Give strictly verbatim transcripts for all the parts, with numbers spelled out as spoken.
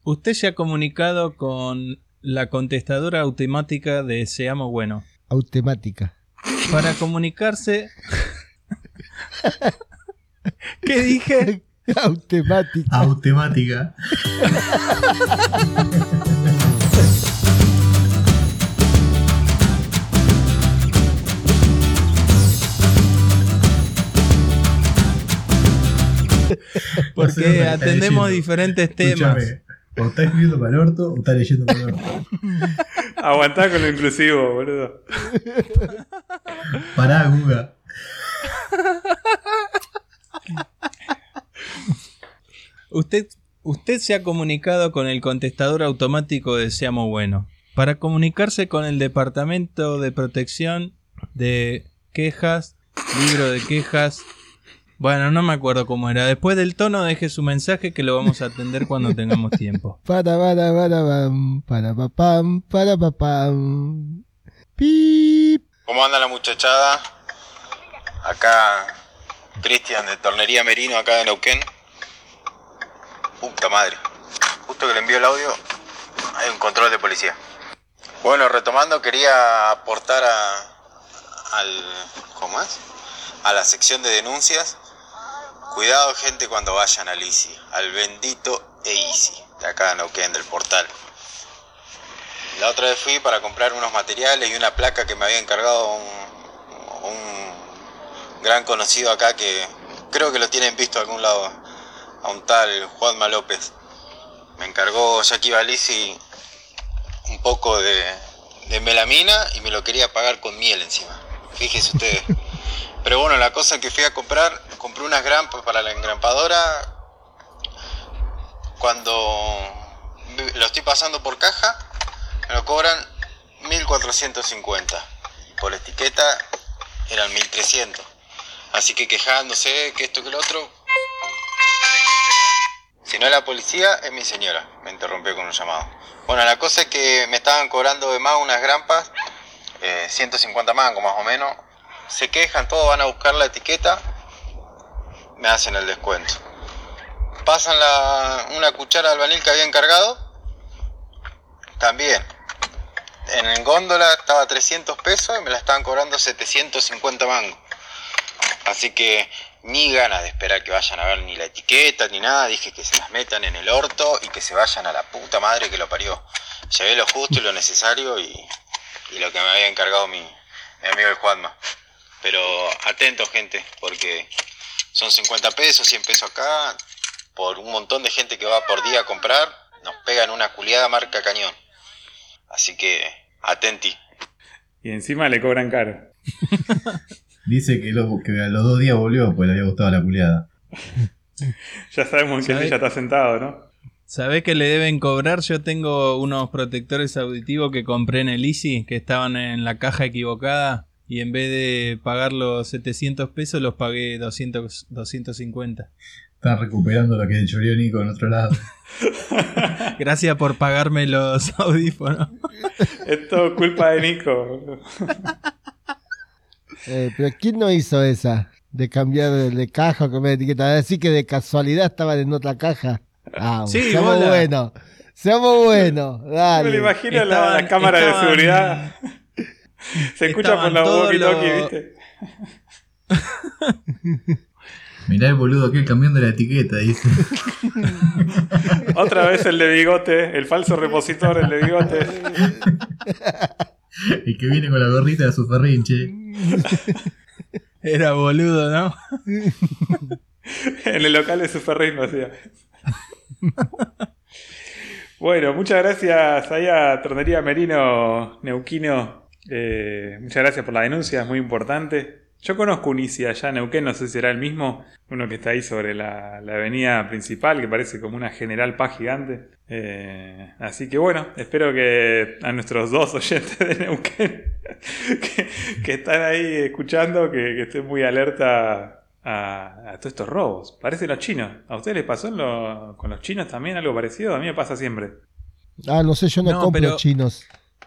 Usted se ha comunicado con la contestadora automática de Seamos Bueno. Automática. Para comunicarse... ¿Qué dije? Automática. Automática. Porque No sé, atendemos leyendo. diferentes temas. Escúchame, o está escribiendo para el orto o está leyendo para el orto. Aguantá con lo inclusivo, boludo. Pará, Guga. Usted, usted se ha comunicado con el contestador automático de Seamos Bueno. Para comunicarse con el Departamento de Protección de Quejas, Libro de Quejas... Bueno, no me acuerdo cómo era. Después del tono deje su mensaje que lo vamos a atender cuando tengamos tiempo. Para, para, para, pam, para, pa, pam, para, pa, pam. Pip. ¿Cómo anda la muchachada? Acá Cristian de Tornería Merino, acá de Neuquén. Puta madre. Justo que le envío el audio, hay un control de policía. Bueno, retomando, quería aportar a, al, ¿cómo es? a la sección de denuncias. Cuidado, gente, cuando vayan al Easy, al bendito Easy, de acá de Neuquén, del portal. La otra vez fui para comprar unos materiales y una placa que me había encargado un, un gran conocido acá que creo que lo tienen visto a algún lado, a un tal Juanma López. Me encargó, ya que iba al Easy, un poco de, de melamina y me lo quería pagar con miel encima. Fíjense ustedes. Pero bueno, la cosa que fui a comprar, compré unas grampas para la engrampadora. Cuando lo estoy pasando por caja, me lo cobran mil cuatrocientos cincuenta. Y por etiqueta eran mil trescientos. Así que quejándose, que esto, que lo otro. Si no es la policía, es mi señora. Me interrumpió con un llamado. Bueno, la cosa es que me estaban cobrando de más unas grampas, eh, ciento cincuenta mangos más o menos. Se quejan, todos van a buscar la etiqueta, me hacen el descuento. Pasan la, una cuchara de albanil que había encargado, también. En el góndola estaba trescientos pesos y me la estaban cobrando setecientos cincuenta mangos. Así que ni ganas de esperar que vayan a ver ni la etiqueta ni nada. Dije que se las metan en el orto y que se vayan a la puta madre que lo parió. Llevé lo justo y lo necesario y, y lo que me había encargado mi, mi amigo el Juanma. Pero atentos, gente, porque son cincuenta pesos, cien pesos acá, por un montón de gente que va por día a comprar, nos pegan una culiada marca cañón. Así que atenti. Y encima le cobran caro. Dice que, lo, que a los dos días volvió, pues le había gustado la culiada. Ya sabemos en qué ¿Sabe? silla está sentado, ¿no? ¿Sabés que le deben cobrar? Yo tengo unos protectores auditivos que compré en el Easy, que estaban en la caja equivocada. Y en vez de pagar los setecientos pesos, los pagué doscientos, doscientos cincuenta. Están recuperando lo que choreó Nico en otro lado. Gracias por pagarme los audífonos. Es todo culpa de Nico. Eh, pero ¿quién no hizo esa? De cambiar de, de caja o cambiar de etiqueta. Así que de casualidad estaban en otra caja. Ah, Sí, seamos bola. buenos. Seamos buenos. Dale. Me lo imagino Estaban- la, la cámara estaban- de seguridad. Se escucha por estaban la todos walkie-talkie, los- ¿viste? Mirá el boludo aquel cambiando la etiqueta, dice. Otra vez el de bigote, el falso repositor, el de bigote. El que viene con la gorrita de su ferrinche. Era boludo, ¿no? En el local de Superring lo hacía. Bueno, muchas gracias ahí a Tornería Merino Neuquino. Eh, muchas gracias por la denuncia, es muy importante. Yo conozco un Easy allá en Neuquén, no sé si será el mismo, uno que está ahí sobre la, la avenida principal, que parece como una General Paz gigante. Eh, así que bueno, espero que a nuestros dos oyentes de Neuquén que, que están ahí escuchando, que, que estén muy alerta a, a todos estos robos. Parecen los chinos. ¿A ustedes les pasó en lo, con los chinos también algo parecido? A mí me pasa siempre. Ah, no sé, yo no, No, compro pero- chinos.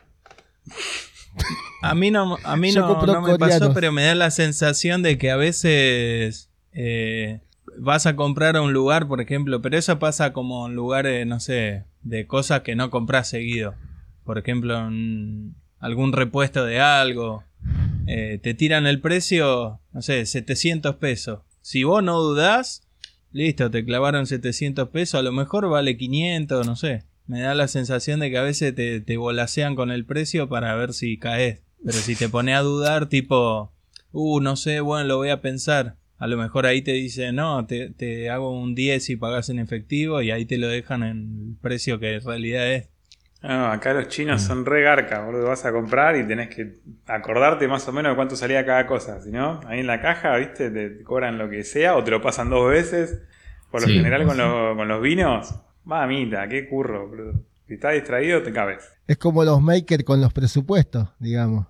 A mí no, a mí Yo no, compro no me pasó, coreanos. pero me da la sensación de que a veces eh, vas a comprar a un lugar, por ejemplo, pero eso pasa como en lugares, no sé, de cosas que no compras seguido. Por ejemplo, en algún repuesto de algo, eh, te tiran el precio, no sé, setecientos pesos. Si vos no dudás, listo, te clavaron setecientos pesos, a lo mejor vale quinientos, no sé. Me da la sensación de que a veces te, te volasean con el precio para ver si caes. Pero si te pones a dudar, tipo, uh, no sé, bueno, lo voy a pensar. A lo mejor ahí te dicen, no, te, te hago un diez y pagás en efectivo y ahí te lo dejan en el precio que en realidad es. No, acá los chinos son re garca, boludo. Vas a comprar y tenés que acordarte más o menos de cuánto salía cada cosa. Si no, ahí en la caja, viste, te cobran lo que sea o te lo pasan dos veces. Por lo Sí, general con, sí. lo- con los vinos, mamita, qué curro, boludo. Si estás distraído, te cabes. Es como los makers con los presupuestos, digamos.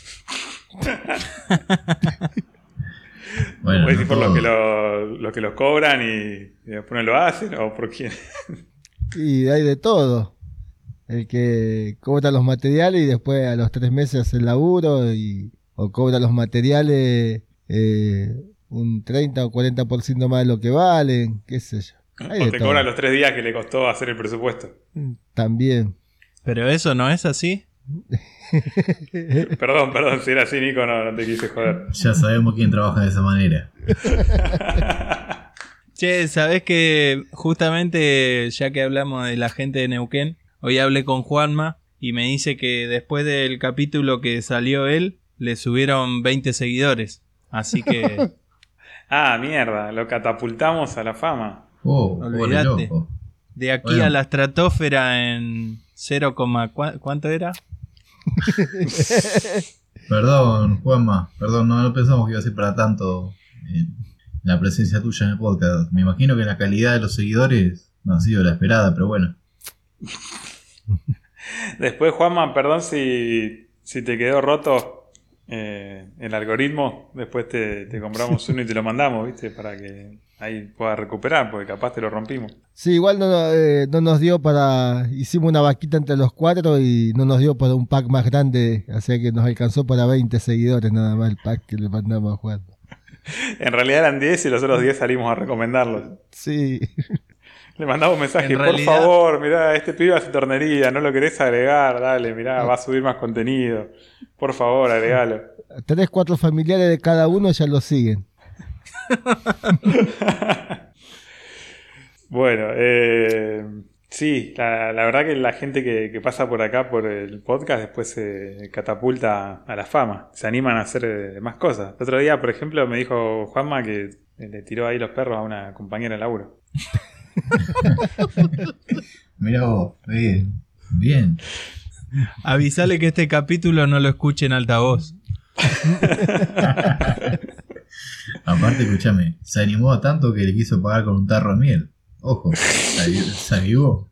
Bueno, Puedes no decir por los todo. que, lo, los que los cobran y, y después no lo hacen o por quién. Y hay de todo. El que cobra los materiales y después a los tres meses hace el laburo y, o cobra los materiales eh, un treinta o cuarenta por ciento más de lo que valen, qué sé yo. Hay O de te todo. cobran los tres días que le costó hacer el presupuesto. También. Pero eso no es así. Perdón, perdón, si era así, Nico, no, no te quise joder. Ya sabemos quién trabaja de esa manera. Che, ¿sabés que justamente ya que hablamos de la gente de Neuquén, hoy hablé con Juanma y me dice que después del capítulo que salió él, le subieron veinte seguidores. Así que Ah, mierda, lo catapultamos a la fama. Oh, pobre Olvídate. loco. de aquí Bueno. a la estratosfera en cero, ¿cu- ¿cuánto era? Perdón, Juanma. Perdón, no, no pensamos que iba a ser para tanto eh, la presencia tuya en el podcast. Me imagino que la calidad de los seguidores no ha sido la esperada, pero bueno. Después, Juanma, perdón si, si te quedó roto eh, el algoritmo. Después te, te compramos uno y te lo mandamos, ¿viste? Para que ahí puedas recuperar, porque capaz te lo rompimos. Sí, igual no, eh, no nos dio para... Hicimos una vaquita entre los cuatro y no nos dio para un pack más grande, o sea que nos alcanzó para veinte seguidores nada más el pack que le mandamos a Juan. En realidad eran diez y los otros diez salimos a recomendarlos. Sí, Le mandamos un mensaje, En por realidad- favor, mirá, este pibe hace tornería, no lo querés agregar, dale, mirá, va a subir más contenido. Por favor, agregalo. tres, cuatro familiares de cada uno ya lo siguen. Bueno, eh, sí, la, la verdad que la gente que, que pasa por acá por el podcast después se catapulta a la fama, se animan a hacer eh, más cosas. El otro día, por ejemplo, me dijo Juanma que le tiró ahí los perros a una compañera de laburo. Mirá vos, bien. Bien. Avisale que este capítulo no lo escuche en altavoz. Aparte, escúchame, se animó a tanto que le quiso pagar con un tarro de miel. Ojo, se avi- se avivó.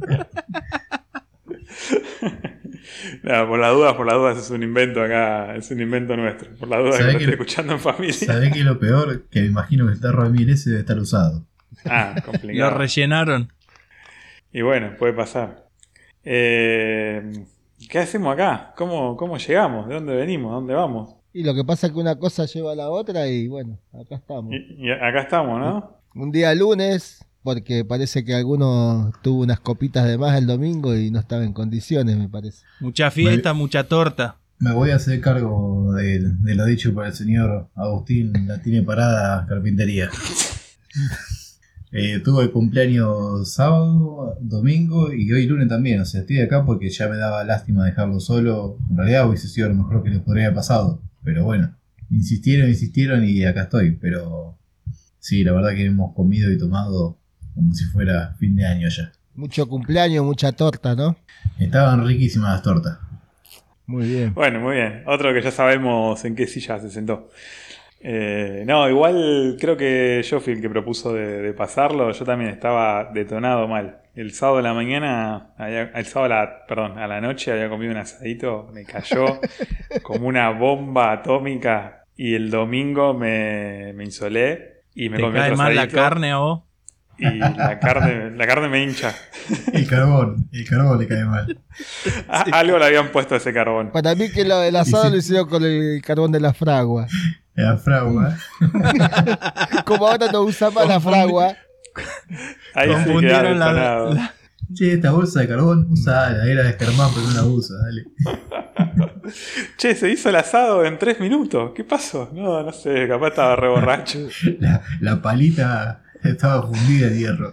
No, por las dudas, por las dudas es un invento acá, es un invento nuestro. Por las dudas que ¿Sabe lo que- estoy escuchando en familia. ¿Sabés qué es lo peor? Que me imagino que el tarro de miel ese debe estar usado. Ah, Lo complicado. rellenaron. Y bueno, puede pasar. Eh, ¿Qué hacemos acá? ¿Cómo, ¿Cómo llegamos? ¿De dónde venimos? ¿Dónde vamos? Y lo que pasa es que una cosa lleva a la otra y bueno, acá estamos. Y, y acá estamos, ¿no? Un día lunes, porque parece que alguno tuvo unas copitas de más el domingo y no estaba en condiciones, me parece. Mucha fiesta, mucha torta. Me voy a hacer cargo de, de lo dicho por el señor Agustín, la tiene parada carpintería. Eh, tuve el cumpleaños sábado, domingo y hoy lunes también. O sea, estoy acá porque ya me daba lástima dejarlo solo. En realidad hubiese sido lo mejor que les podría haber pasado. Pero bueno, insistieron, insistieron y acá estoy. Pero sí, la verdad que hemos comido y tomado como si fuera fin de año ya. Mucho cumpleaños, mucha torta, ¿no? Estaban riquísimas las tortas. Muy bien. Bueno, muy bien. Otro que ya sabemos en qué silla se sentó. Eh, no, igual creo que yo fui el que propuso de, de pasarlo. Yo también estaba detonado mal. El sábado de la mañana, había- el sábado a la, perdón, a la noche había comido un asadito, me cayó como una bomba atómica y el domingo me, me insolé y me ¿Te comí cae otro mal la asadito carne a vos? y la carne, la carne me hincha. El carbón, el carbón le cae mal. A- Algo le habían puesto a ese carbón. Para mí que lo- el asado Y sí. lo hicieron con el carbón de la fragua. La fragua. Como ahora no usa más la fragua. Ahí sí Confundieron queda la, detonado. la- Che, esta bolsa de carbón, usala. Era de Germán, pero no la usa, dale. Che, se hizo el asado en tres minutos. ¿Qué pasó? No, no sé, capaz estaba re borracho. La, la palita estaba fundida en hierro.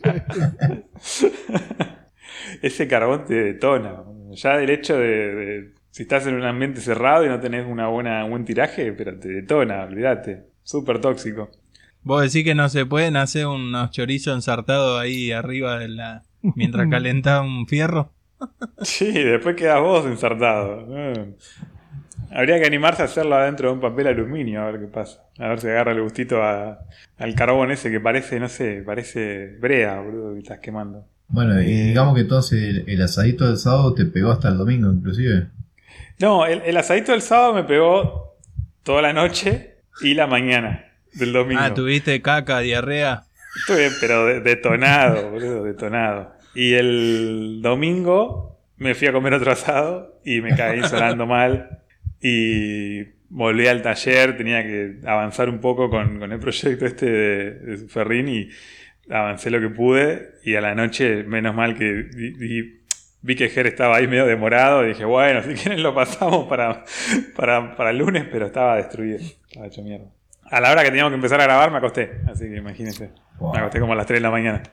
Ese carbón te detona. Ya el hecho de, de- si estás en un ambiente cerrado y no tenés una buena, un buen tiraje, pero te detona, olvídate. Súper tóxico. Vos decís que no se pueden hacer unos chorizos ensartados ahí arriba de la... mientras calentás un fierro. Sí, después quedas vos ensartado. Eh. Habría que animarse a hacerlo adentro de un papel aluminio, a ver qué pasa. A ver si agarra el gustito a- al carbón ese que parece, no sé, parece brea, boludo, que estás quemando. Bueno, y Eh. digamos que entonces el, el asadito del sábado te pegó hasta el domingo, inclusive. No, el, el asadito del sábado me pegó toda la noche y la mañana del domingo. Ah, ¿tuviste caca, diarrea? Estuve, pero de- detonado, boludo, detonado. Y el domingo me fui a comer otro asado y me caí sonando mal. Y volví al taller, tenía que avanzar un poco con, con el proyecto este de, de Ferrín y avancé lo que pude. Y a la noche, menos mal que vi, vi, vi que Ger estaba ahí medio demorado. Y dije, bueno, si quieren lo pasamos para, para, para el lunes, pero estaba destruido. Estaba hecho mierda. A la hora que teníamos que empezar a grabar me acosté, así que imagínense. Wow. Me acosté como a las tres de la mañana.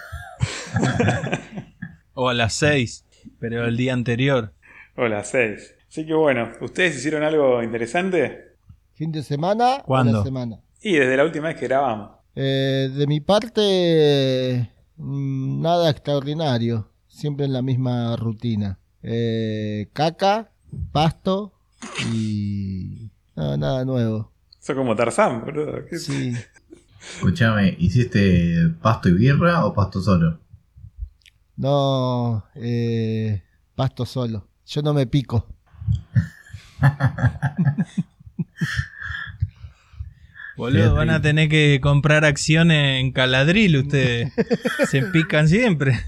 O a las seis, pero el día anterior. O a las seis. Así que bueno, ¿ustedes hicieron algo interesante? ¿Fin de semana ¿Cuándo? o la semana? Y desde la última vez que grabamos. Eh, de mi parte, mm, nada extraordinario. Siempre en la misma rutina. Eh, caca, pasto y... No, nada nuevo. Sos como Tarzán, boludo. ¿Qué- Sí. Escuchame, ¿hiciste pasto y birra o pasto solo? No, eh, pasto solo. Yo no me pico. Boludo, Qué van a rico. tener que comprar acciones en Caladril ustedes. Se pican siempre.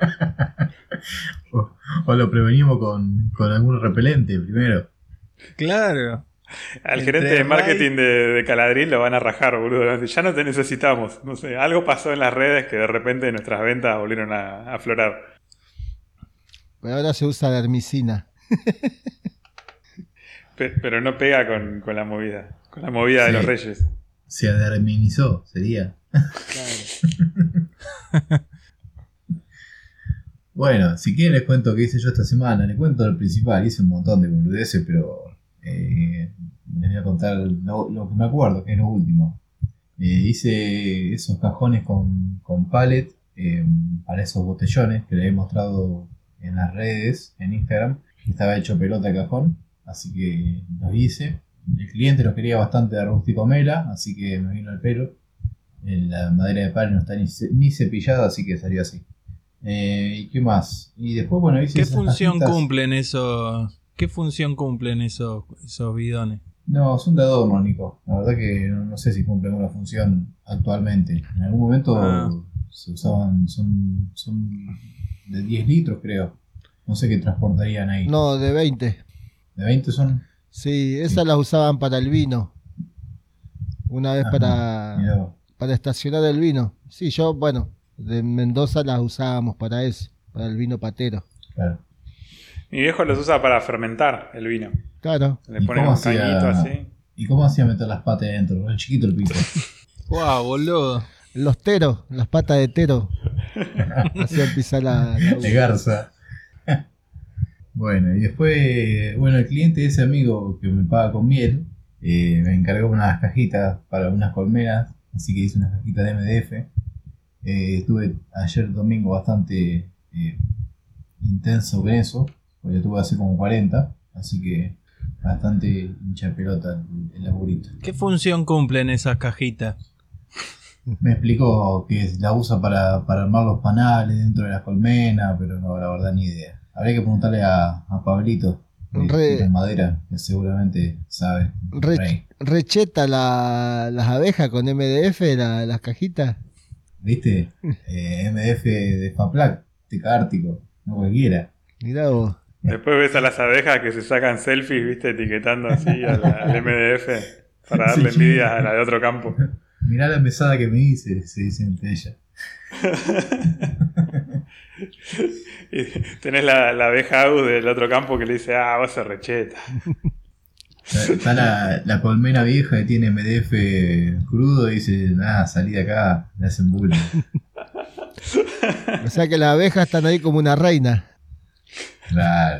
O, o lo prevenimos con, con algún repelente primero. Claro. Al Entre gerente de Ray- marketing de, de Caladrín lo van a rajar, boludo. Ya no te necesitamos. No sé, algo pasó en las redes que de repente nuestras ventas volvieron a, a aflorar. Pero ahora se usa la hermicina. Pe- pero no pega con, con la movida. Con la movida de Sí. los reyes. Se aderminizó, sería. Bueno, si quieren les cuento qué hice yo esta semana. Les cuento el principal. Hice un montón de boludeces, pero eh, les voy a contar lo, lo que me acuerdo, que es lo último. Eh, hice esos cajones con, con pallet eh, para esos botellones que les he mostrado en las redes, en Instagram. Estaba hecho pelota el cajón, así que los hice. El cliente los quería bastante de rústico mela, así que me vino el pelo. Eh, La madera de pallet no está ni, ce- ni cepillada, así que salió así. Eh, ¿Y qué más? Y después, bueno, hice ¿Qué esas función cajitas. cumplen esos? ¿Qué función cumplen esos, esos bidones? No, son de adorno, Nico. La verdad que no, no sé si cumplen una función actualmente. En algún momento Ah. se usaban, son, son de diez litros, creo. No sé qué transportarían ahí. No, de veinte. De veinte son. Sí, esas las usaban para el vino. Una vez Ajá, para, mirá vos. para estacionar el vino. Sí, yo, bueno, de Mendoza las usábamos para eso, para el vino patero. Claro. Mi viejo los usa para fermentar el vino. Claro. Le ¿Y pone cómo un hacía- cañito así. ¿Y cómo hacía meter las patas dentro? Era chiquito el pico. ¡Wow, boludo! Los teros, las patas de tero. Hacían pisar la, la De garza. Bueno, y después, bueno, el cliente, ese amigo que me paga con miel, eh, me encargó unas cajitas para unas colmenas, así que hice unas cajitas de M D F. Eh, estuve ayer domingo bastante eh, intenso con eso, porque tuve hace como cuarenta, así que bastante hincha de pelota el, el laburito. ¿Qué función cumplen esas cajitas? Me explicó que la usa para, para armar los panales dentro de las colmenas, pero no, la verdad ni idea. Habría que preguntarle a, a Pablito, de Re- de madera, que seguramente sabe. Re- Rey. Recheta la- las abejas con M D F, la- las cajitas. ¿Viste? Eh, M D F de Faplac, Teca Ártico, no cualquiera. Mirá vos. Después ves a las abejas que se sacan selfies, viste, etiquetando así al, al M D F. para darle Sí. envidia a la de otro campo. Mirá la mesada que me hice, se dice entre ella. Y tenés la, la abeja Agus del otro campo que le dice, ah, vos sos recheta. Está la, la colmena vieja que tiene M D F crudo y dice, nada, salí de acá, le hacen bullying. O sea que las abejas están ahí como una reina. Claro.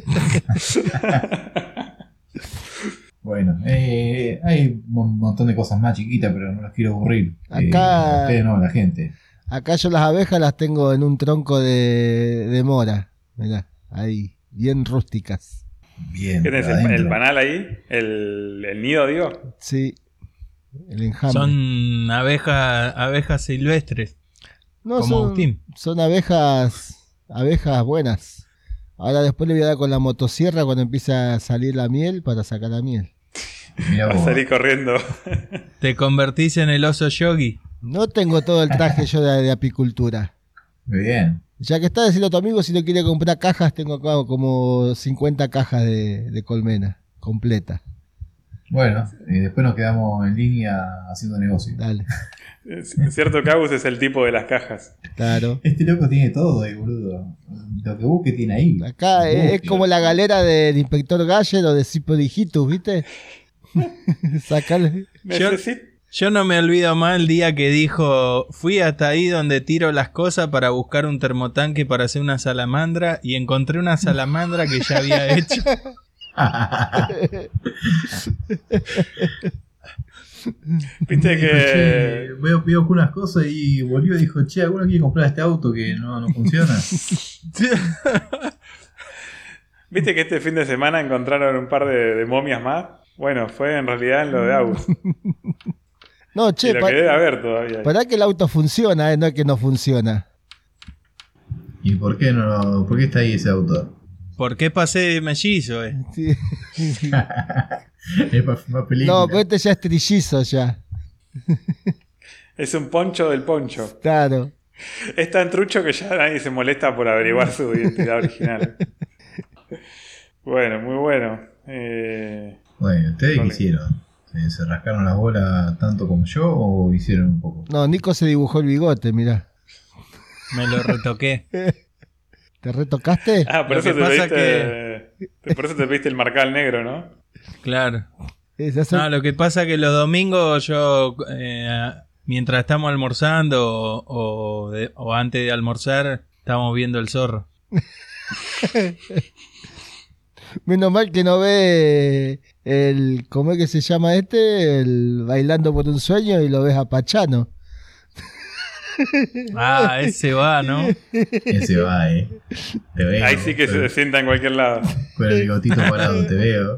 Bueno, eh, hay un montón de cosas más chiquitas, pero no las quiero aburrir. Acá- Eh, ustedes no, la gente. Acá yo las abejas las tengo en un tronco de, de mora. Mirá, ahí, bien rústicas. Bien. ¿Qué tenés, pero el, adentro. el panal ahí? ¿El, el nido, digo? Sí, el enjambre. Son abejas, abejas silvestres. No, como son, Agustín. son abejas, abejas buenas. Ahora después le voy a dar con la motosierra cuando empiece a salir la miel para sacar la miel. Mirá Va a vos. salir corriendo. Te convertís en el oso yogi. No tengo todo el traje yo de, de apicultura. Muy bien. Ya que está, decirle a tu amigo si no quiere comprar cajas, tengo acá como cincuenta cajas de, de colmena completa. Bueno, y después nos quedamos en línea haciendo negocio. Dale, Es cierto que Agus es el tipo de las cajas. claro. Este loco tiene todo ahí, boludo. Lo que busque tiene ahí. Acá es, es como la galera del inspector Galler o de Cipo Digitus, ¿viste? Sacale. Necesito... Yo no me olvido más el día que dijo, fui hasta ahí donde tiro las cosas para buscar un termotanque para hacer una salamandra y encontré una salamandra que ya había hecho. Viste Dijo, que... che, veo, veo unas cosas y volvió y dijo, che, ¿alguno quiere comprar este auto que no, no funciona? ¿Viste que este fin de semana encontraron un par de, de momias más? Bueno, fue en realidad en lo de Agus. No, Y che, lo pa- que debe haber todavía. pará que el auto funciona, eh, no es que no funciona. ¿Y por qué no? ¿Por qué está ahí ese auto? ¿Por qué pasé mellizo, eh? Sí. Es para filmar películas. No, pero este ya es trillizo ya. Es un poncho del poncho. Claro. Es tan trucho que ya nadie se molesta por averiguar su identidad original. Bueno, muy bueno. Eh, Bueno, ¿ustedes qué Vale. hicieron? ¿Se, se rascaron las bolas tanto como yo o hicieron un poco? No, Nico se dibujó el bigote, mirá. Me lo retoqué. ¿Te retocaste? Ah, por Lo eso, que te pasa pediste, por eso te pediste el marcal negro, ¿no? Claro. Eh, ya sé- No, lo que pasa es que los domingos yo, eh, mientras estamos almorzando o, o de- o antes de almorzar, estamos viendo el zorro. Menos mal que no ve el... ¿Cómo es que se llama este? El Bailando por un Sueño y lo ves a Pachano. Ah, ese va, ¿no? Ese va, eh. Te veo. Ahí sí que con, se sienta en cualquier lado. con el bigotito parado, te veo.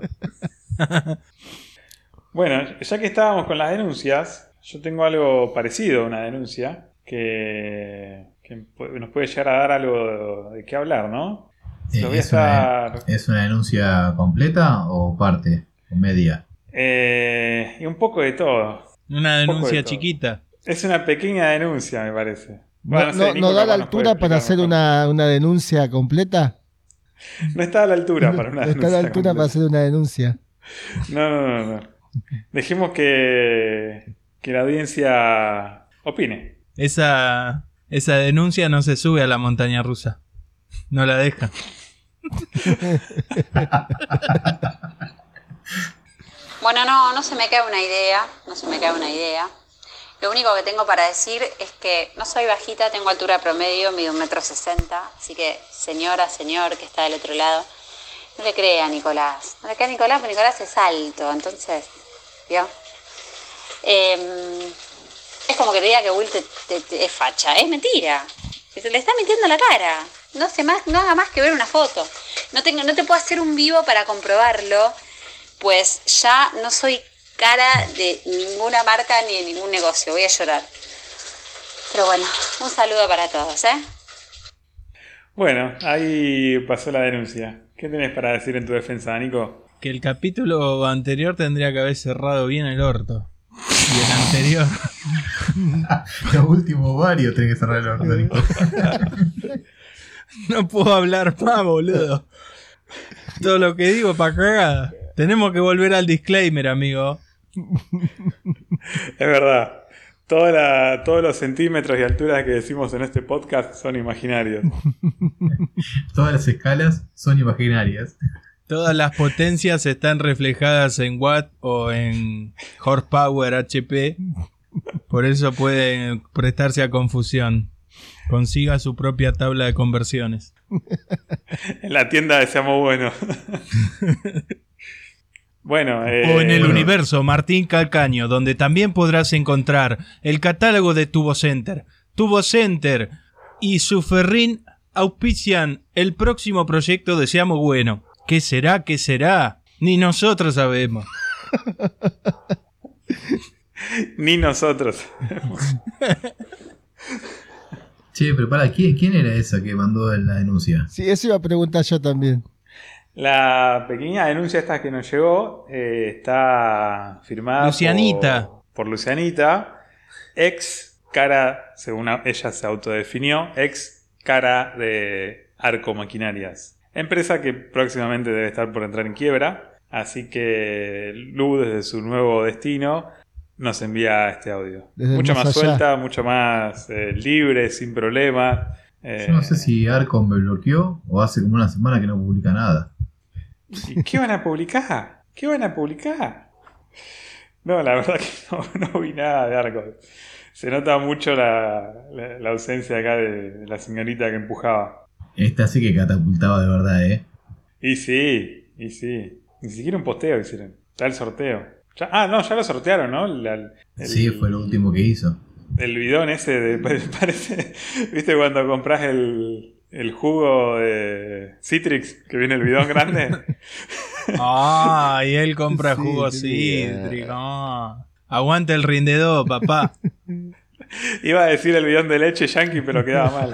Bueno, ya que estábamos con las denuncias, yo tengo algo parecido a una denuncia que, que pu- nos puede llegar a dar algo de qué hablar, ¿no? Eh, Lo voy a ¿Es, una, estar... ¿Es una denuncia completa o parte? ¿O media? Eh, y un poco de todo. Una Un poco de denuncia todo. chiquita. Es una pequeña denuncia, me parece. ¿No, Bueno, sé, no- Nico no da capaz la nos puede altura para explicar hacer mejor. una, una denuncia completa? No está a la altura para una No denuncia. está a la altura para completa. hacer una denuncia. No, no, no, no. Dejemos que, que la audiencia opine. Esa, esa denuncia no se sube a la montaña rusa. No la deja. Bueno, no, no se me cae una idea, no se me cae una idea. Lo único que tengo para decir es que no soy bajita, tengo altura promedio, mido un metro sesenta, así que señora, señor que está del otro lado, no le crea a Nicolás, no le crea a Nicolás porque Nicolás es alto, entonces, ¿vio? Eh, es como que te diga que Will te, te- te- es facha, es mentira, se le está mintiendo la cara, no hace más, no haga más que ver una foto, no, tengo, no te puedo hacer un vivo para comprobarlo, pues ya no soy cara de ninguna marca ni de ningún negocio, voy a llorar. Pero bueno, un saludo para todos, ¿eh? Bueno, ahí pasó la denuncia. ¿Qué tenés para decir en tu defensa, Nico? Que el capítulo anterior tendría que haber cerrado bien el orto. Y el anterior. Los últimos varios tenés que cerrar el orto, Nico. No puedo hablar más, boludo. Todo lo que digo para cagada. Tenemos que volver al disclaimer, amigo. Es verdad. Toda la, todos los centímetros y alturas que decimos en este podcast son imaginarios. Todas las escalas son imaginarias. Todas las potencias están reflejadas en watt o en horsepower H P. Por eso puede prestarse a confusión. Consiga su propia tabla de conversiones. En la tienda de Seamos Buenos. Bueno, eh, o en el bueno. universo Martín Calcaño, donde también podrás encontrar el catálogo de Tubo Center. Tubo Center y su Ferrín auspician el próximo proyecto de Seamos Bueno. ¿Qué será? ¿Qué será? Ni nosotros sabemos. Ni nosotros. Che, pero para, ¿quién, ¿quién era esa que mandó la denuncia? Sí, eso iba a preguntar yo también. La pequeña denuncia esta que nos llegó eh, está firmada Lucianita. Por, por Lucianita, ex cara, según ella se autodefinió, ex cara de Arco Maquinarias. Empresa que próximamente debe estar por entrar en quiebra. Así que Lu, desde su nuevo destino, nos envía este audio. Desde mucho más más allá. suelta, mucho más eh, libre, sin problema. Eh, Yo no sé si Arcon me bloqueó o hace como una semana que no publica nada. ¿Y qué van a publicar? ¿Qué van a publicar? No, la verdad que no, no vi nada de Arco. Se nota mucho la, la, la ausencia acá de, de la señorita que empujaba. Esta sí que catapultaba de verdad, ¿eh? Y sí, y sí. Ni siquiera un posteo hicieron. Está el sorteo. Ya, ah, no, ya lo sortearon, ¿no? La- el, Sí, fue lo último que hizo. El bidón ese de, parece, ¿viste cuando compras el, el jugo de Citrix que viene el bidón grande? Ah, y él compra Sí, jugo sí, cítrico. Ah. Aguanta el rindedor, papá. Iba a decir el bidón de leche yankee, pero quedaba mal.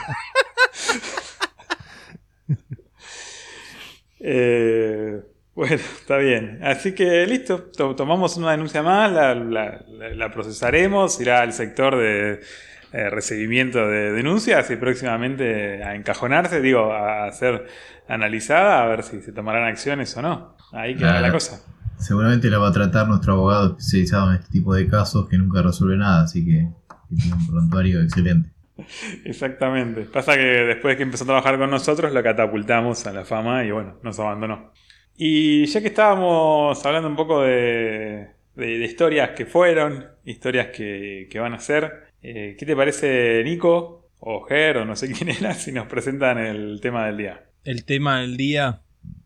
eh, bueno, está bien. Así que listo, to- tomamos una denuncia más, la, la- la- la procesaremos, irá al sector de eh, recibimiento de denuncias y próximamente a encajonarse, digo, a ser analizada, a ver si se tomarán acciones o no. Ahí quedará Claro. la cosa. Seguramente la va a tratar nuestro abogado especializado en este tipo de casos que nunca resuelve nada, así que, que tiene un prontuario excelente. Exactamente. Pasa que después de que empezó a trabajar con nosotros, lo catapultamos a la fama y bueno, nos abandonó. Y ya que estábamos hablando un poco de, de, de historias que fueron, historias que, que van a ser, eh, ¿qué te parece, Nico o Ger o no sé quién era, si nos presentan el tema del día? El tema del día.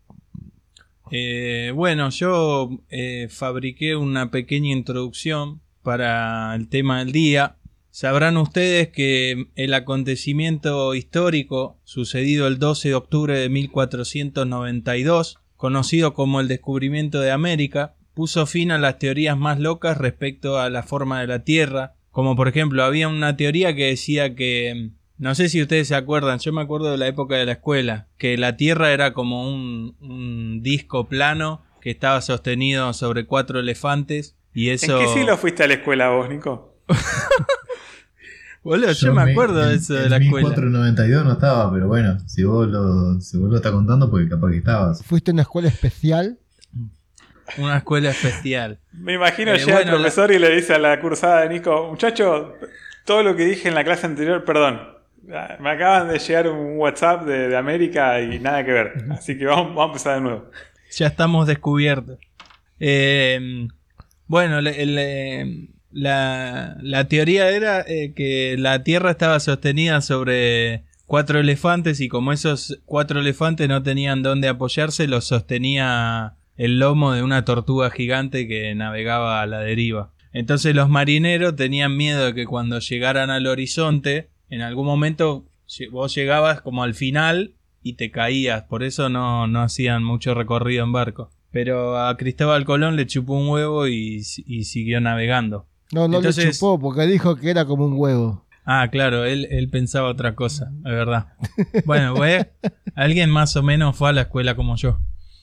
Eh, bueno, yo eh, fabriqué una pequeña introducción para el tema del día. Sabrán ustedes que el acontecimiento histórico sucedido el doce de octubre de mil cuatrocientos noventa y dos, conocido como el descubrimiento de América, puso fin a las teorías más locas respecto a la forma de la Tierra. Como por ejemplo, había una teoría que decía que, no sé si ustedes se acuerdan, yo me acuerdo de la época de la escuela, que la Tierra era como un, un disco plano que estaba sostenido sobre cuatro elefantes y eso... ¿En qué siglo fuiste a la escuela vos, Nico? Boludo, yo, me acuerdo de eso de la en escuela. mil cuatrocientos noventa y dos no estaba, pero bueno, si vos lo, si vos lo estás contando, porque capaz que estabas. ¿Fuiste a una escuela especial? Una escuela especial. Me imagino Eh, llega bueno, el profesor y le dice a la cursada de Nico, muchachos, todo lo que dije en la clase anterior, perdón, me acaban de llegar un WhatsApp de, de América y nada que ver, así que vamos, vamos a empezar de nuevo. Ya estamos descubiertos. Eh, bueno, le- le- la, la teoría era eh, que la Tierra estaba sostenida sobre cuatro elefantes y como esos cuatro elefantes no tenían dónde apoyarse, los sostenía el lomo de una tortuga gigante que navegaba a la deriva. Entonces los marineros tenían miedo de que cuando llegaran al horizonte, en algún momento lle- vos llegabas como al final y te caías, por eso no, no hacían mucho recorrido en barco. Pero a Cristóbal Colón le chupó un huevo y, y siguió navegando. No, no le Entonces- chupó porque dijo que era como un huevo. Ah, claro, él, él pensaba otra cosa, es verdad. Bueno, pues alguien más o menos fue a la escuela como yo.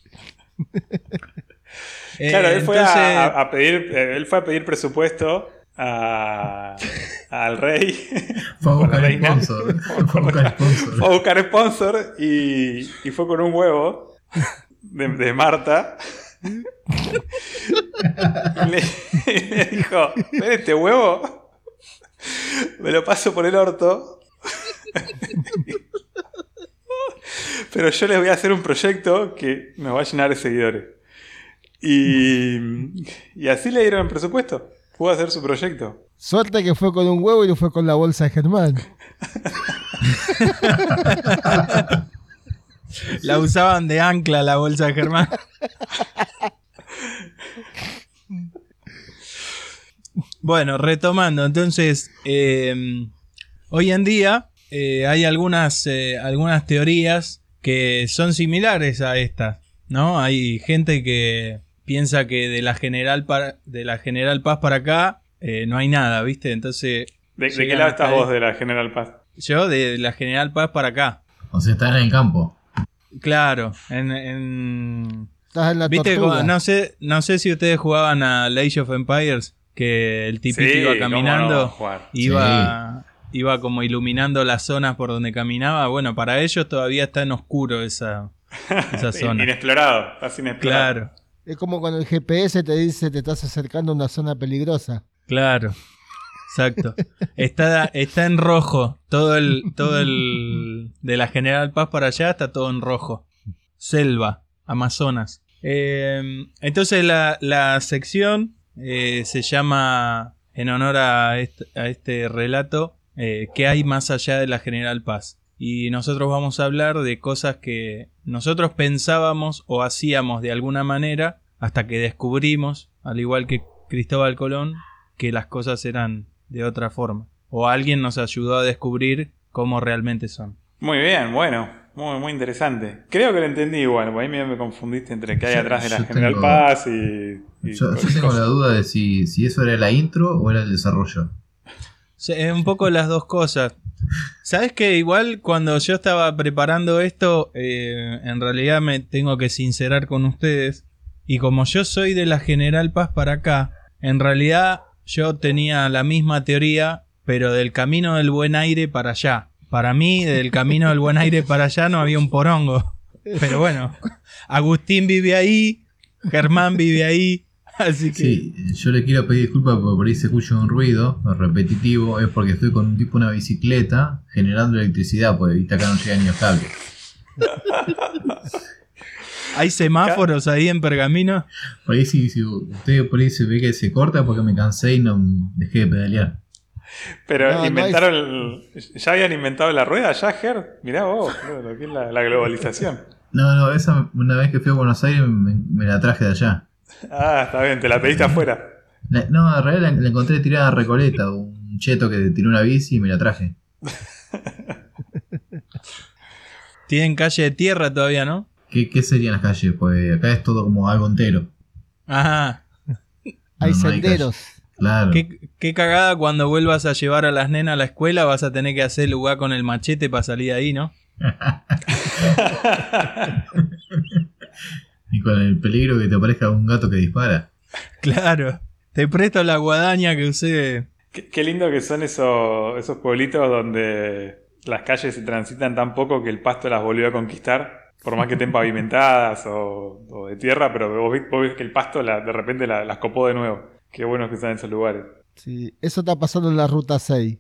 Eh, Claro, él fue entonces- a, a- a pedir, eh, él fue a pedir presupuesto a- al rey. Fue a Con la buscar reina. sponsor. Fue a buscar sponsor. Fue a buscar sponsor y, y fue con un huevo de, de Marta Y le, y le dijo, ven este huevo, me lo paso por el orto, pero yo les voy a hacer un proyecto que nos va a llenar de seguidores. Y, y así le dieron el presupuesto. Pudo hacer su proyecto. Suerte que fue con un huevo y no fue con la bolsa de Germán. La usaban de ancla la bolsa de Germán. Bueno, retomando, entonces, eh, hoy en día eh, hay algunas, eh, algunas teorías que son similares a estas, ¿no? Hay gente que piensa que de la General, para, de la General Paz para acá eh, no hay nada, ¿viste? Entonces... ¿De, ¿de qué lado estás vos de la General Paz? Yo de la General Paz para acá. O sea, estás en el campo. Claro, en... en... Estás en la ¿Viste? tortuga. No sé, no sé si ustedes jugaban a Age of Empires, que el tipito Sí, iba caminando, ¿cómo no? iba, sí. iba como iluminando las zonas por donde caminaba. Bueno, para ellos todavía está en oscuro esa, esa zona. Inexplorado, estás inexplorado. Claro, Es como cuando el G P S te dice te estás acercando a una zona peligrosa. claro. Exacto. Está, está en rojo. Todo el, todo el de la General Paz para allá está todo en rojo. Selva, Amazonas. Eh, entonces la, la sección eh, se llama, en honor a este, a este relato, eh, ¿qué hay más allá de la General Paz? Y nosotros vamos a hablar de cosas que nosotros pensábamos o hacíamos de alguna manera hasta que descubrimos, al igual que Cristóbal Colón, que las cosas eran de otra forma. O alguien nos ayudó a descubrir cómo realmente son. Muy bien, bueno, muy, muy interesante. Creo que lo entendí igual, porque ahí me, me confundiste entre qué hay Yo- atrás de la yo General tengo- Paz y... y Yo, yo tengo la duda de si, si eso era la intro o era el desarrollo. Sí, es un poco las dos cosas. ¿Sabes que igual cuando yo estaba preparando esto, eh, en realidad me tengo que sincerar con ustedes? Y como yo soy de la General Paz para acá, en realidad yo tenía la misma teoría, pero del camino del buen aire para allá. Para mí, del camino del buen aire para allá no había un porongo. Pero bueno, Agustín vive ahí, Germán vive ahí, así que... Sí, yo le quiero pedir disculpas porque por ahí se escucha un ruido repetitivo. Es porque estoy con un tipo una bicicleta generando electricidad, porque viste acá no llegan ni los cables. ¿Hay semáforos ahí en Pergamino? Por ahí si, si usted por ahí se ve que se corta porque me cansé y no dejé de pedalear. Pero No, no inventaron... el- ¿Ya habían inventado la rueda ya, Ger? Mirá vos, boludo, lo que es la, la globalización. No, no, esa una vez que fui a Buenos Aires me, me la traje de allá. Ah, está bien, te la pediste afuera. La- no, en realidad la, la encontré tirada a Recoleta, un cheto que tiró una bici y me la traje. Tienen calle de tierra todavía, ¿no? ¿Qué, qué serían las calles? Pues acá es todo como algo entero. Ajá. Hay No, no hay senderos. Claro. Qué, qué cagada cuando vuelvas a llevar a las nenas a la escuela, vas a tener que hacer lugar con el machete para salir de ahí, ¿no? Y con el peligro que te aparezca un gato que dispara. Claro. Te presto la guadaña que usé. Qué, qué lindo que son esos, esos pueblitos donde las calles se transitan tan poco que el pasto las volvió a conquistar. Por más que estén pavimentadas o, o de tierra, pero vos ves, vos ves que el pasto la- de repente la- las copó de nuevo. Qué buenos que están esos lugares. Sí, eso está pasando en la ruta seis.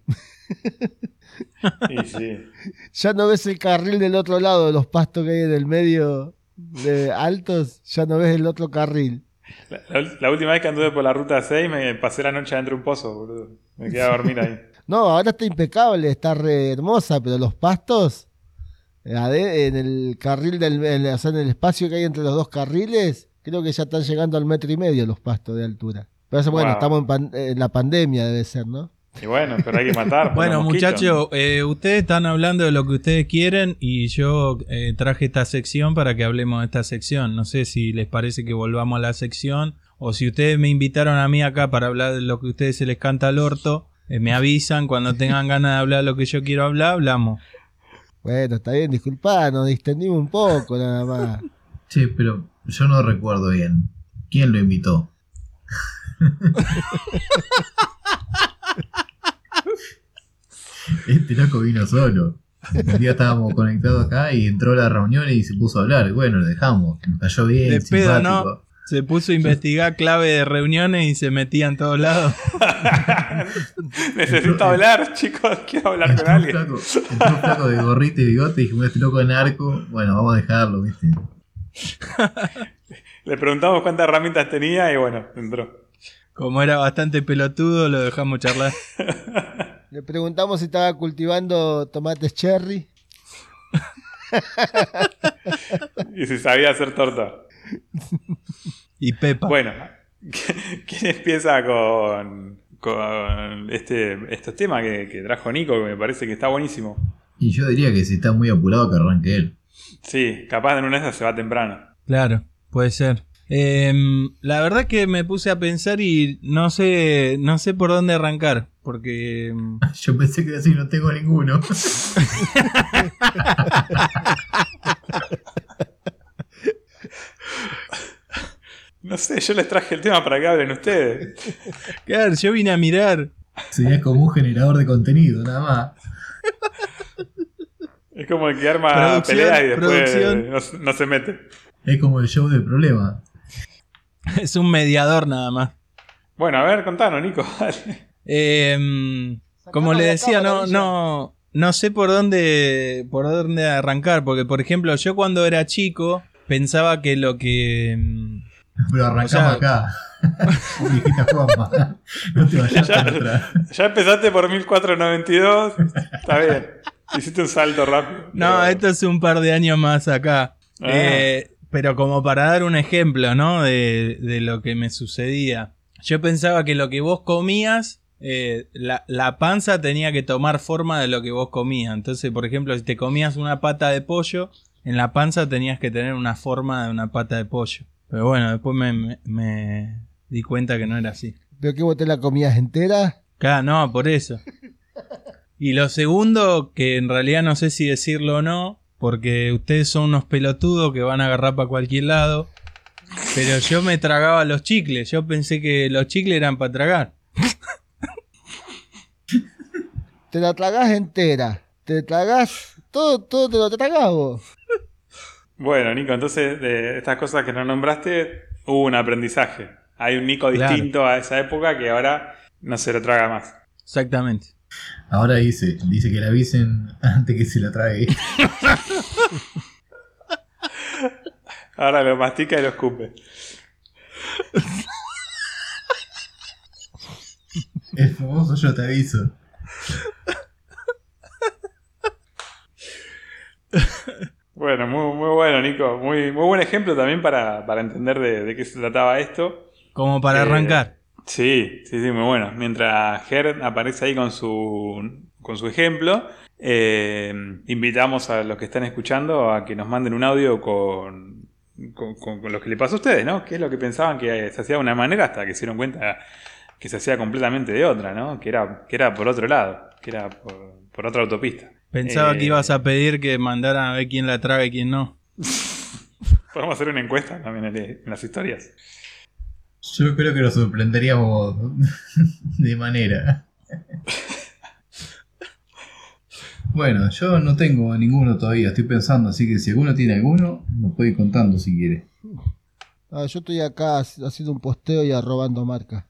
Y sí. Ya no ves el carril del otro lado, los pastos que hay en el medio de altos, ya no ves el otro carril. La, la- la última vez que anduve por la ruta seis me pasé la noche adentro de un pozo, boludo. Me quedé a dormir ahí. No, ahora está impecable, está re hermosa, pero los pastos eh, ade- en el carril del, en, o sea, en el espacio que hay entre los dos carriles, creo que ya están llegando al metro y medio los pastos de altura. Pero eso, bueno, Wow. estamos en, pan- en la pandemia, debe ser, ¿no? Y bueno, pero hay que matar. por Bueno, los mosquitos. muchachos, eh, ustedes están hablando de lo que ustedes quieren y yo eh, traje esta sección para que hablemos de esta sección. No sé si les parece que volvamos a la sección o si ustedes me invitaron a mí acá para hablar de lo que a ustedes se les canta al orto, eh, me avisan cuando tengan ganas de hablar de lo que yo quiero hablar, hablamos. Bueno, está bien, disculpá, nos distendimos un poco nada más. Sí, pero yo no recuerdo bien. ¿Quién lo invitó? Este loco vino solo. Un día estábamos conectados acá y entró a la reunión y se puso a hablar. Y bueno, lo dejamos. Nos cayó bien, De pedo, simpático. Se puso a investigar clave de reuniones y se metía en todos lados. Necesito hablar, chicos. Quiero hablar con alguien. Flaco, entró un flaco de gorrito y bigote y dije, este loco de narco. Bueno, vamos a dejarlo, ¿viste? Le preguntamos cuántas herramientas tenía y bueno, entró. Como era bastante pelotudo, lo dejamos charlar. Le preguntamos si estaba cultivando tomates cherry. Y si sabía hacer torta. Y Pepa. Bueno, ¿quién empieza con, con este, estos temas que, que trajo Nico? Que me parece que está buenísimo. Y yo diría que si está muy apurado que arranque él. Sí, capaz en una de esas se va temprano. Claro, puede ser. Eh, la verdad que me puse a pensar y no sé, no sé por dónde arrancar. Porque... Yo pensé que así no tengo ninguno. No sé, yo les traje el tema para que hablen ustedes. Claro, yo vine a mirar. Sería como un generador de contenido, nada más. Es como el que arma Producción, peleas y después producción. no, no se mete. Es como el show del problema. Es un mediador nada más. Bueno, a ver, contanos, Nico. Eh, como le decía, no, no, no sé por dónde, por dónde arrancar. Porque, por ejemplo, yo cuando era chico pensaba que lo que... Pero arrancamos o sea, acá. Viejita Juanma. No te vayas Ya, para atrás. ya empezaste por mil cuatrocientos noventa y dos. Está bien. Hiciste un salto rápido. No, pero... esto es un par de años más acá. Ah. Eh, pero como para dar un ejemplo, ¿no? De, de lo que me sucedía. Yo pensaba que lo que vos comías, eh, la, la panza tenía que tomar forma de lo que vos comías. Entonces, por ejemplo, si te comías una pata de pollo, en la panza tenías que tener una forma de una pata de pollo. Pero bueno, después me, me, me di cuenta que no era así. ¿Pero qué vos te la comías entera? Claro, no, por eso. Y lo segundo, que en realidad no sé si decirlo o no, porque ustedes son unos pelotudos que van a agarrar para cualquier lado, pero yo me tragaba los chicles. Yo pensé que los chicles eran para tragar. Te la tragás entera. Te tragás... Todo, todo te lo tragás vos. Bueno, Nico, entonces de estas cosas que no nombraste, hubo un aprendizaje. Hay un Nico Claro. distinto a esa época que ahora no se lo traga más. Exactamente. Ahora dice, dice que le avisen antes que se la trague. Ahora lo mastica y lo escupe. El famoso yo te aviso. Bueno, muy, muy bueno, Nico. Muy, muy buen ejemplo también para, para entender de, de qué se trataba esto. Como para Eh, arrancar. Sí, sí, sí, muy bueno. Mientras Ger aparece ahí con su, con su ejemplo, eh, invitamos a los que están escuchando a que nos manden un audio con, con, con, con lo que le pasó a ustedes, ¿no? ¿Qué es lo que pensaban que se hacía de una manera hasta que se dieron cuenta que se hacía completamente de otra, ¿no? Que era, que era por otro lado, que era por, por otra autopista. Pensaba Eh, que ibas a pedir que mandaran a ver quién la traga y quién no. Podemos hacer una encuesta también en, en las historias. Yo creo que nos sorprenderíamos de manera. Bueno, yo no tengo ninguno todavía, estoy pensando, así que si alguno tiene alguno, nos puede ir contando si quiere. Ah, yo estoy acá haciendo un posteo y arrobando marca.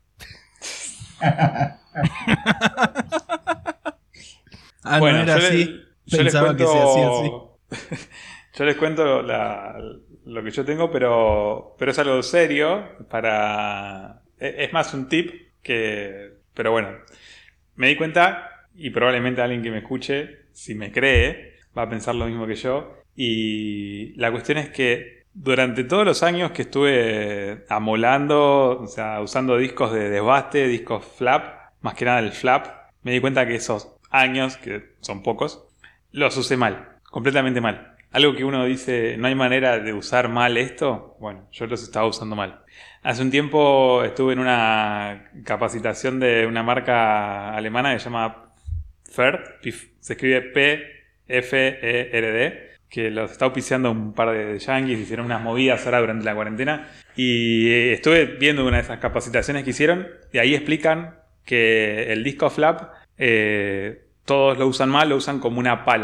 Ah, Bueno, no era yo así. les- yo les Pensaba que se cuento- hacía así. Yo les cuento la- lo que yo tengo, pero, pero es algo serio. Para es es más un tip que... Pero bueno, me di cuenta, y probablemente alguien que me escuche, si me cree, va a pensar lo mismo que yo. Y la cuestión es que durante todos los años que estuve amolando, o sea, usando discos de desbaste, discos flap, más que nada el flap, me di cuenta que esos años, que son pocos, los usé mal, completamente mal. Algo que uno dice, no hay manera de usar mal esto, bueno, yo los estaba usando mal. Hace un tiempo estuve en una capacitación de una marca alemana que se llama Ferd, se escribe P F E R D, que los está auspiciando un par de yankees, hicieron unas movidas ahora durante la cuarentena, y estuve viendo una de esas capacitaciones que hicieron, y ahí explican que el disco flap, eh, todos lo usan mal, lo usan como una pala.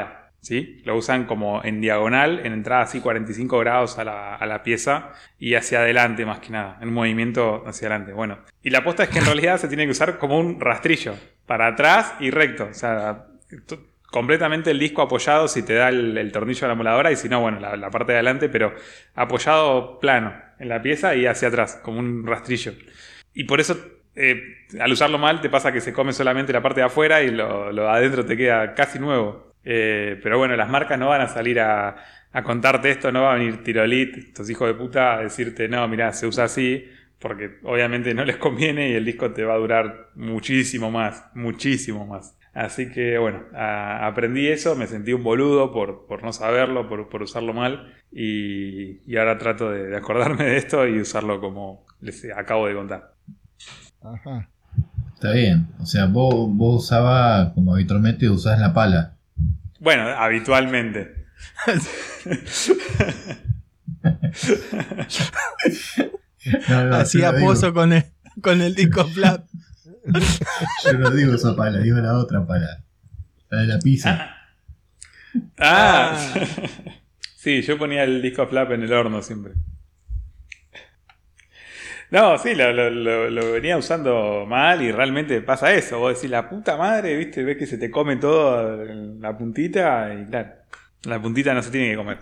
¿sí? Lo usan como en diagonal, en entrada así cuarenta y cinco grados a la, a la pieza y hacia adelante más que nada, en un movimiento hacia adelante. Bueno, y la aposta es que en realidad se tiene que usar como un rastrillo, para atrás y recto, o sea, t- completamente el disco apoyado si te da el, el tornillo a la moladora y si no, bueno, la, la parte de adelante, pero apoyado plano en la pieza y hacia atrás, como un rastrillo. Y por eso, eh, al usarlo mal, te pasa que se come solamente la parte de afuera y lo, lo de adentro te queda casi nuevo. Eh, pero bueno, las marcas no van a salir a, a contarte esto, no va a venir Tirolit, estos hijos de puta, a decirte, no, mirá, se usa así, porque obviamente no les conviene y el disco te va a durar muchísimo más, muchísimo más. Así que bueno, a, aprendí eso, me sentí un boludo por, por no saberlo, por, por usarlo mal y, y ahora trato de, de acordarme de esto y usarlo como les acabo de contar. Ajá. Está bien, o sea, vos, vos usabas, como habitualmente, usás la pala. Bueno, habitualmente. No, no, Hacía yo no pozo digo- con el, con el disco flap. Yo no digo esa pala, digo la otra pala. La de la pizza. Ah, sí, yo ponía el disco flap en el horno siempre. No, sí, lo, lo, lo, lo venía usando mal y realmente pasa eso. Vos decís, la puta madre, viste, ves que se te come todo en la puntita y claro, la puntita no se tiene que comer.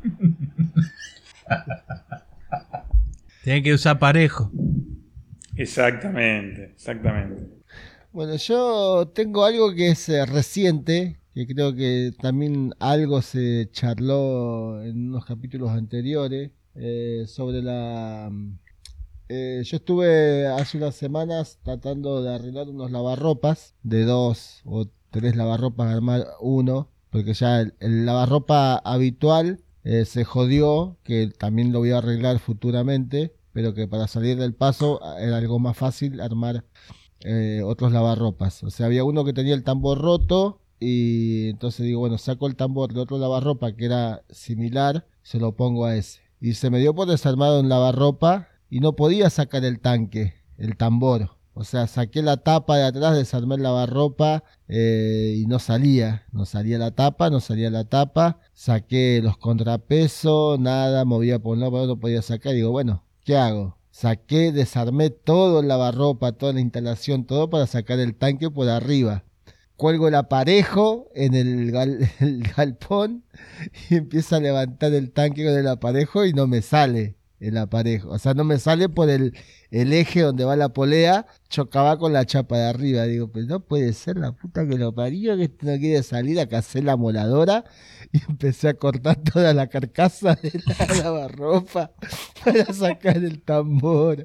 Tiene que usar parejo. Exactamente, exactamente. Bueno, yo tengo algo que es eh, reciente, que creo que también algo se charló en unos capítulos anteriores, eh, sobre la... mm, eh, yo estuve hace unas semanas tratando de arreglar unos lavarropas, de dos o tres lavarropas, armar uno, porque ya el, el lavarropa habitual eh, se jodió, que también lo voy a arreglar futuramente, pero que para salir del paso era algo más fácil armar eh, otros lavarropas. O sea, había uno que tenía el tambor roto y entonces digo, bueno, saco el tambor de otro lavarropa que era similar, se lo pongo a ese. Y se me dio por desarmado un lavarropa y no podía sacar el tanque, el tambor. O sea, saqué la tapa de atrás, desarmé el lavarropa eh, y no salía. No salía la tapa, no salía la tapa. Saqué los contrapesos, nada, movía por un lado, por otro, no podía sacar. Digo, bueno, ¿qué hago? Saqué, desarmé todo el lavarropa, toda la instalación, todo para sacar el tanque por arriba. Cuelgo el aparejo en el, gal- el galpón y empiezo a levantar el tanque con el aparejo y no me sale el aparejo. O sea, no me sale por el, el eje donde va la polea, chocaba con la chapa de arriba. Digo, pero no puede ser, la puta que lo parió, que este no quiere salir. Acá hacé la moladora y empecé a cortar toda la carcasa de la lavarropa para sacar el tambor.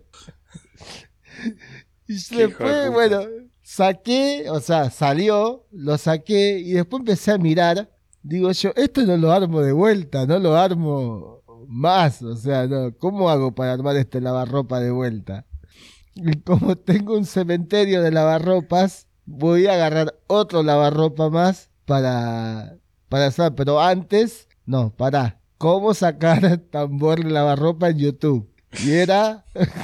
Y Qué hijo de después, puta. bueno, saqué, o sea, salió, lo saqué y después empecé a mirar. Digo yo, esto no lo armo de vuelta, no lo armo más. O sea, no, ¿cómo hago para armar este lavarropa de vuelta? Y como tengo un cementerio de lavarropas, voy a agarrar otro lavarropa más para, para hacer. Pero antes, no, pará. ¿Cómo sacar tambor de lavarropa en YouTube? Y era...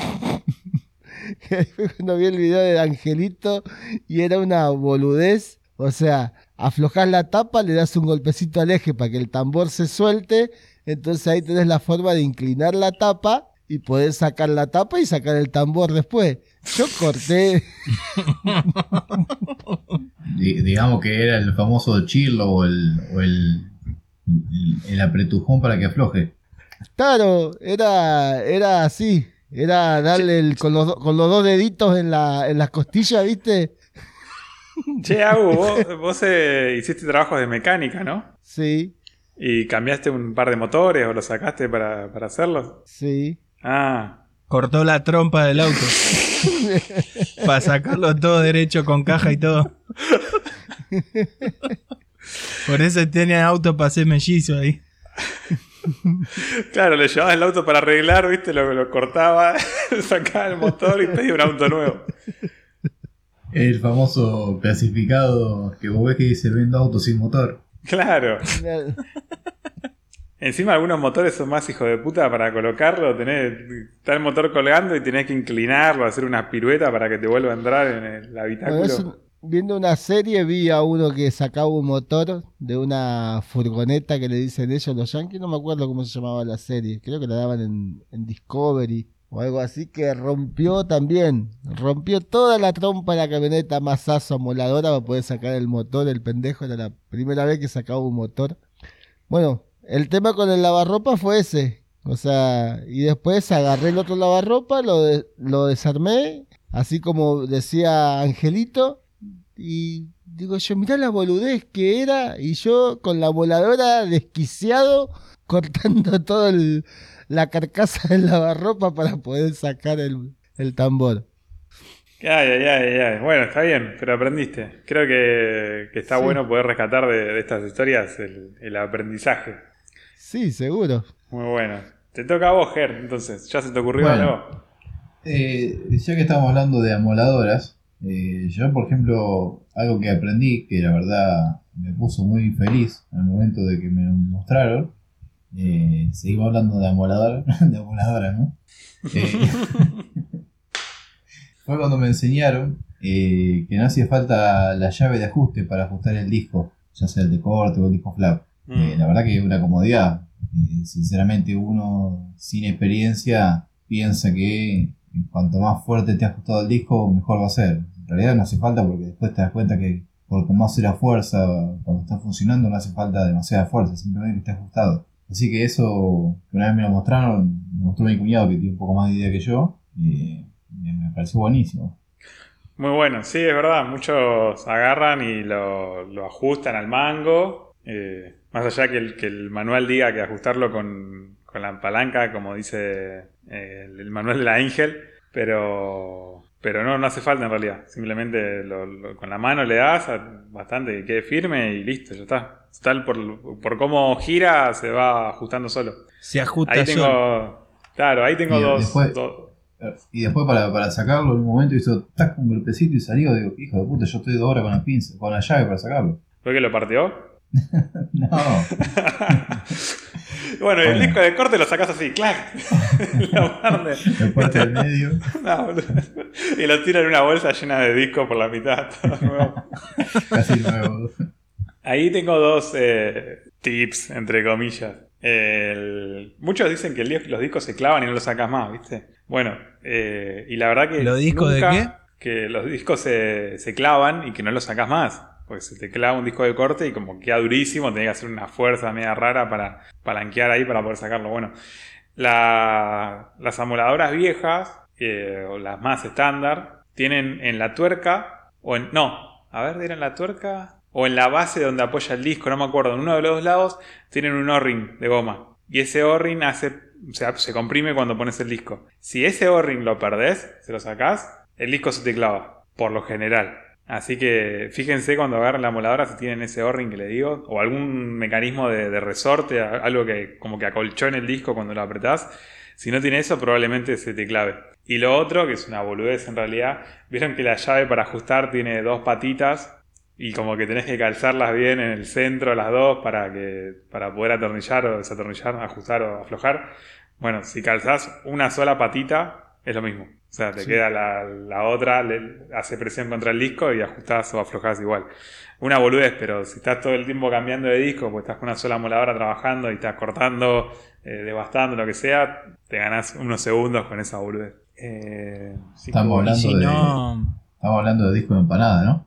Cuando vi el video de Angelito y era una boludez. O sea, aflojás la tapa, le das un golpecito al eje para que el tambor se suelte. Entonces ahí tenés la forma de inclinar la tapa y poder sacar la tapa y sacar el tambor después. Yo corté. Di- digamos que era el famoso chirlo o el, o el, el, el apretujón para que afloje. Claro, era, era así. Era darle el, con, los, do- con los dos deditos en la, en las costillas, ¿viste? Che, Agu, vos, vos eh, hiciste trabajos de mecánica, ¿no? Sí, ¿Y cambiaste un par de motores o los sacaste para, para hacerlos? sí. Ah, Cortó la trompa del auto. Para sacarlo todo derecho con caja y todo. Por eso tenía auto para hacer mellizo ahí. claro, le llevabas el auto para arreglar, ¿viste? Lo, lo cortaba, sacaba el motor y pedía un auto nuevo. El famoso clasificado que vos ves que dice vendo autos sin motor. Claro. Encima algunos motores son más hijos de puta para colocarlo. Tenés, está el motor colgando y tenés que inclinarlo, hacer una pirueta para que te vuelva a entrar en el Bueno, habitáculo. eso, viendo una serie vi a uno que sacaba un motor de una furgoneta que le dicen ellos los yankees, no me acuerdo cómo se llamaba la serie, creo que la daban en, en Discovery o algo así, que rompió también, rompió toda la trompa de la camioneta, masazo, amoladora para poder sacar el motor, el pendejo, era la primera vez que sacaba un motor. Bueno, el tema con el lavarropa fue ese, o sea, y después agarré el otro lavarropa, lo, de, lo desarmé, así como decía Angelito, y digo yo, mirá la boludez que era, y yo con la voladora desquiciado, cortando todo el, la carcasa del lavarropa para poder sacar el, el tambor. Ay, ay, ay, ay. Bueno, está bien, pero aprendiste. Creo que, que está Sí. bueno poder rescatar de, de estas historias el, el aprendizaje. Sí, seguro. Muy bueno. Te toca a vos, Ger, entonces. ¿Ya se te ocurrió Bueno. algo? Eh, ya que estamos hablando de amoladoras, eh, yo por ejemplo, algo que aprendí, que la verdad me puso muy feliz al momento de que me lo mostraron, eh, seguimos hablando de amoladora, de amoladora, ¿no? Eh, fue cuando me enseñaron eh, que no hacía falta la llave de ajuste para ajustar el disco, ya sea el de corte o el disco flap. Mm. Eh, la verdad que es una comodidad. Eh, sinceramente uno sin experiencia piensa que cuanto más fuerte te ha ajustado el disco, mejor va a ser. En realidad no hace falta porque después te das cuenta que por cómo hace la fuerza cuando está funcionando no hace falta demasiada fuerza, simplemente que está ajustado. Así que eso, que una vez me lo mostraron, me mostró mi cuñado que tiene un poco más de idea que yo, y me, me pareció buenísimo. Muy bueno, sí, es verdad. Muchos agarran y lo, lo ajustan al mango. Eh, más allá que el, que el manual diga que ajustarlo con, con la palanca, como dice eh, el, el manual de la Angel. Pero, pero no, no hace falta en realidad. Simplemente lo, lo, con la mano le das a, bastante que quede firme y listo, ya está. Tal por, por cómo gira se va ajustando solo. Se ajusta Ahí tengo, solo. claro, ahí tengo Y dos, después- dos- Y después para, para sacarlo en un momento hizo tac, un golpecito y salió. Digo, hijo de puta, yo estoy dos horas con la pinza, con la llave para sacarlo. ¿Fue que lo partió? No, Bueno, el Bueno. disco de corte lo sacás así, clac. Lo parte. la parte del medio. No, boludo. Y lo tira en una bolsa llena de discos por la mitad. Todo nuevo. Casi nuevo. Ahí tengo dos eh, tips, entre comillas. El- Muchos dicen que el dis- los discos se clavan y no los sacas más, ¿viste? Bueno, eh, y la verdad que. ¿Los discos de nunca- qué? Que los discos se, se clavan y que no los sacas más. Porque se te clava un disco de corte y como queda durísimo, tenés que hacer una fuerza media rara para palanquear ahí para poder sacarlo. Bueno, la- las amoladoras viejas, eh, o las más estándar, tienen en la tuerca, o en. No, a ver, ¿era en la tuerca? O en la base donde apoya el disco, no me acuerdo. En uno de los dos lados tienen un O-ring de goma. Y ese O-ring hace, o sea, se comprime cuando pones el disco. Si ese O-ring lo perdés, se lo sacás, el disco se te clava, por lo general. Así que fíjense cuando agarren la amoladora si tienen ese O-ring que le digo, o algún mecanismo de, de resorte, a- algo que como que acolchone el disco cuando lo apretás. Si no tiene eso, probablemente se te clave. Y lo otro, que es una boludez en realidad, vieron que la llave para ajustar tiene dos patitas y como que tenés que calzarlas bien en el centro las dos para que para poder atornillar o desatornillar, ajustar o aflojar. Bueno, si calzás una sola patita, es lo mismo. O sea, te Sí. queda la, la otra, le, hace presión contra el disco y ajustás o aflojás igual. Una boludez, pero si estás todo el tiempo cambiando de disco, pues estás con una sola moladora trabajando y estás cortando, eh, devastando, lo que sea, te ganás unos segundos con esa boludez. Eh, así que Estamos bueno. Y hablando si de- no. Estamos hablando de disco de empanada, ¿no?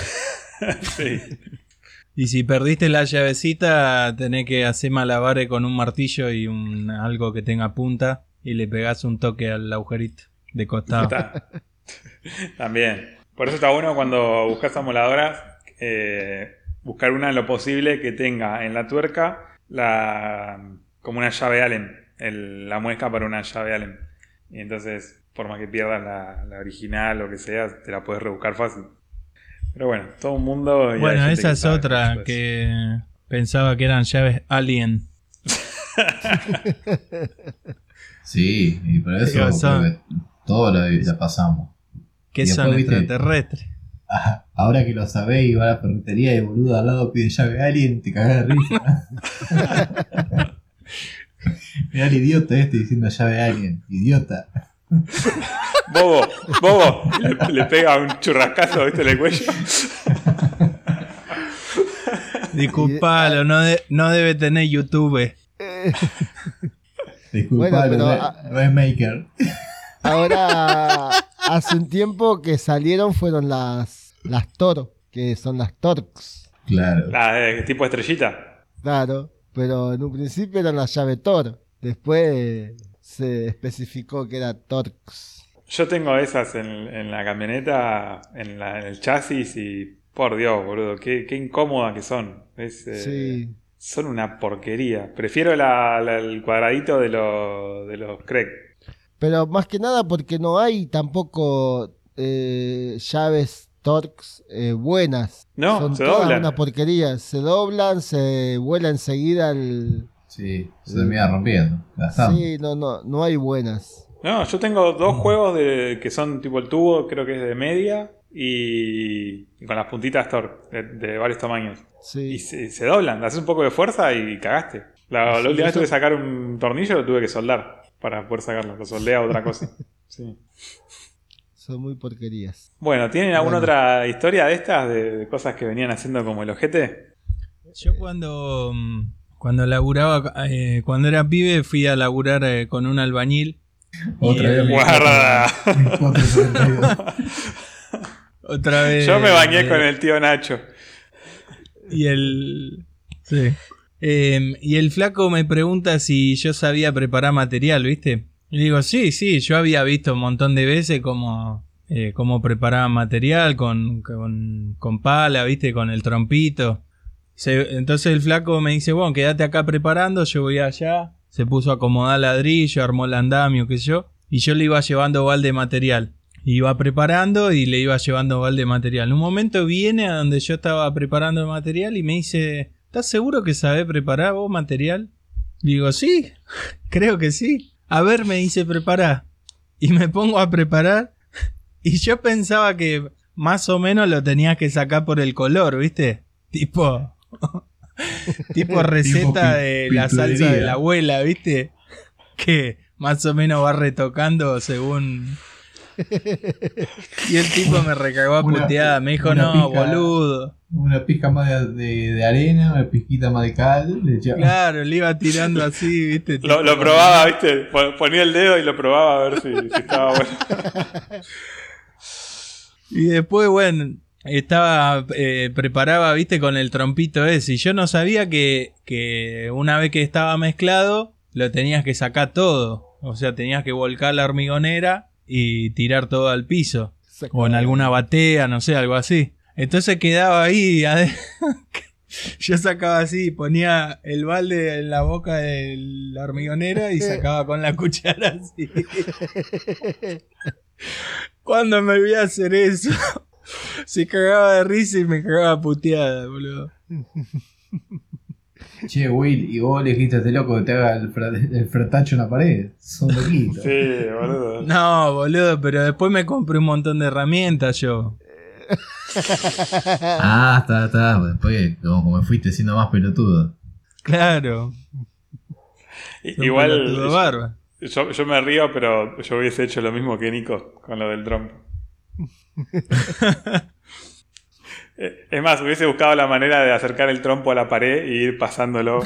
Sí. Y si perdiste la llavecita, tenés que hacer malabares con un martillo y un algo que tenga punta y le pegás un toque al agujerito de costado. Está. También. Por eso está bueno cuando buscas amoladoras, eh, buscar una en lo posible que tenga en la tuerca la como una llave Allen, el- la muesca para una llave Allen. Y entonces, por más que pierdas la, la original o lo que sea, te la puedes rebuscar fácil. Pero bueno, todo un mundo. Y Bueno, hay gente esa que es sabe otra mucho de eso. que pensaba que eran llaves alien. Sí, y por eso Digo, son- creo que todo la, la pasamos. Que Y son después, ¿viste? extraterrestres. Ah, ahora que lo sabéis y va a la ferretería y boludo al lado pide llave alien, te cagás de risa. Mirá el idiota este diciendo llave alien, idiota. Bobo, bobo. Le, le pega un churrascazo, ¿viste? En el cuello. Disculpalo, no, de, no debe tener YouTube. Disculpalo, Bueno, pero, Re- ah, Remaker. Ahora, hace un tiempo que salieron fueron las, las Tor, que son las Torx. Claro. La eh, tipo estrellita. Claro, pero en un principio eran las llave Tor. Después se especificó que era Torx. Yo tengo esas en, en la camioneta, en, la, en el chasis y... Por Dios, boludo, qué, qué incómodas que son. Es, eh, Sí. Son una porquería. Prefiero la, la- el cuadradito de los, de los Craig. Pero más que nada porque no hay tampoco eh, llaves Torx eh, buenas. No, Son se todas doblan. una porquería. Se doblan, se vuela enseguida el... Sí, se termina rompiendo. Gastando. Sí, no, no, no hay buenas. No, yo tengo dos juegos de, que son tipo el tubo, creo que es de media, y, y con las puntitas Thor, de, de varios tamaños. Sí. Y se, se doblan, haces un poco de fuerza y cagaste. La, la Sí, última vez eso- tuve que sacar un tornillo, lo tuve que soldar para poder sacarlo. Lo soldé a otra cosa. Sí. Son muy porquerías. Bueno, ¿tienen alguna Bueno. otra historia de estas? De, de cosas que venían haciendo como el ojete. Yo cuando, mm, cuando laburaba, eh, cuando era pibe, fui a laburar eh, con un albañil. Otra Y vez el- mi Guarda. mi cuatro setenta y dos. Otra vez. Yo me bañé eh, con el tío Nacho. Y el. Sí. Eh, y el flaco me pregunta si yo sabía preparar material, ¿viste? Y digo, sí, sí, yo había visto un montón de veces cómo, eh, cómo preparaban material con, con, con pala, ¿viste? Con el trompito. Se- entonces el flaco me dice, bueno, quédate acá preparando, yo voy allá. Se puso a acomodar ladrillo, armó el andamio, qué sé yo. Y yo le iba llevando balde de material. Iba preparando y le iba llevando balde de material. En un momento viene a donde yo estaba preparando el material y me dice, ¿estás seguro que sabés preparar vos material? Digo, sí, creo que sí. A ver, me dice, prepará. Y me pongo a preparar. Y yo pensaba que más o menos lo tenías que sacar por el color, ¿viste? Tipo... tipo receta pi- de la salsa de pinturería. la abuela, ¿viste? Que más o menos va retocando según... Y el tipo me recagó a Una- puteada. Me dijo, una no, pizca- boludo. Una pizca más de, de- de arena, una pizquita más de cal. Le echaba- Claro, le iba tirando así, ¿viste? Lo, Tipo, lo probaba, ¿viste? Po- Ponía el dedo y lo probaba a ver si, si estaba bueno. Y después, bueno, estaba, eh, preparaba, viste, con el trompito ese. Y yo no sabía que, que una vez que estaba mezclado, lo tenías que sacar todo. O sea, tenías que volcar la hormigonera y tirar todo al piso. O en alguna batea, no sé, algo así. Entonces quedaba ahí. ade- Yo sacaba así, ponía el balde en la boca de la hormigonera y sacaba con la cuchara así. ¿Cuándo me voy a hacer eso? Se cagaba de risa y me cagaba puteada, boludo. Che, Will, y vos le dijiste a este loco que te haga el, fra- el fratacho en la pared. Son loquitos. Sí, boludo. No, boludo, pero después me compré un montón de herramientas yo. Ah, está, está. Después, como, como fuiste siendo más pelotudo. Claro. I- Son Igual pelotudos bárbaros. yo, yo me río, pero yo hubiese hecho lo mismo que Nico con lo del trompo. Eh, Es más, hubiese buscado la manera de acercar el trompo a la pared y ir pasándolo.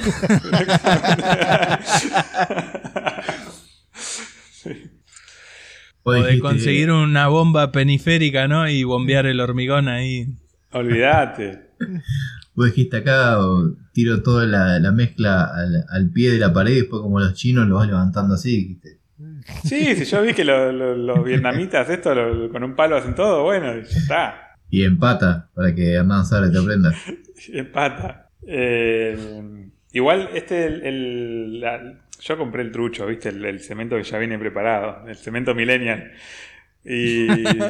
O Vos de dijiste- conseguir una bomba peniférica, ¿no? Y bombear el hormigón ahí. Olvídate. Vos dijiste acá, o tiro toda la, la mezcla al, al pie de la pared y después como los chinos lo vas levantando así, dijiste. Sí, si yo vi que lo- lo- los vietnamitas esto lo- con un palo hacen todo, bueno, ya está. Y empata para que Hernán Sara te aprenda. Empata. Eh, igual, este, el, el- la- yo compré el trucho, ¿viste? El, el cemento que ya viene preparado, el cemento millennial. Y,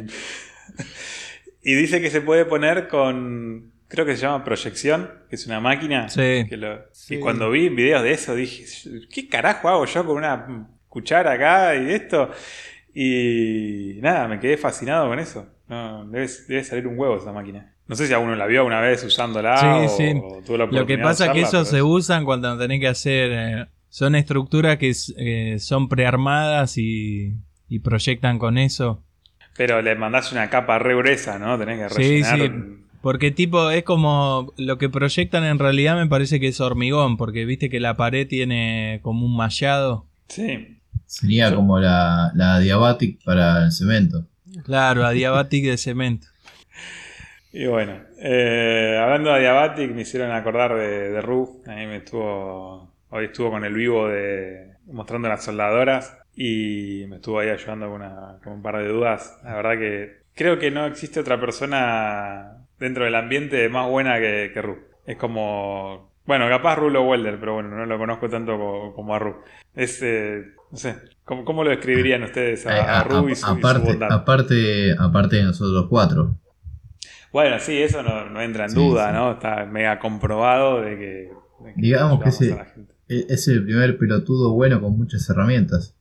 y dice que se puede poner con, creo que se llama proyección, que es una máquina. Sí. que lo- Sí. Y cuando vi videos de eso dije, ¿qué carajo hago yo con una cuchara acá y esto? Y nada, me quedé fascinado con eso. No, debe, debe salir un huevo esa máquina. No sé si alguno la vio alguna vez usándola Sí, o, sí. o tuvo la Lo que oportunidad pasa de es que usarla, esos pero se usan cuando tenés que hacer... eh, son estructuras que eh, son prearmadas y, y proyectan con eso. Pero le mandás una capa re gruesa, ¿no? Tenés que Sí, rellenar. sí. Porque tipo es como lo que proyectan en realidad me parece que es hormigón, porque viste que la pared tiene como un mallado. Sí. Sería Yo- como la, la Diabatic para el cemento. Claro, adiabatic de cemento. Y bueno, eh, hablando de Diabatic, me hicieron acordar de, de Ru. A mí me estuvo. Hoy estuvo con el vivo de mostrando las soldadoras y me estuvo ahí ayudando con, una, con un par de dudas. La verdad que creo que no existe otra persona dentro del ambiente más buena que, que Ru. Es como. Bueno, capaz Rulo Welder, pero bueno, no lo conozco tanto como, como a Ru. Es. Eh, no sé. ¿Cómo, cómo lo describirían ustedes Eh, a, a a- Ru a- y su, y su aparte, bondad? aparte, aparte de nosotros cuatro. Bueno, sí, eso no, no entra en Sí, duda, sí. ¿no? Está mega comprobado de que, de que Digamos que ayudamos ese- a la gente. E- Es el primer pelotudo bueno con muchas herramientas.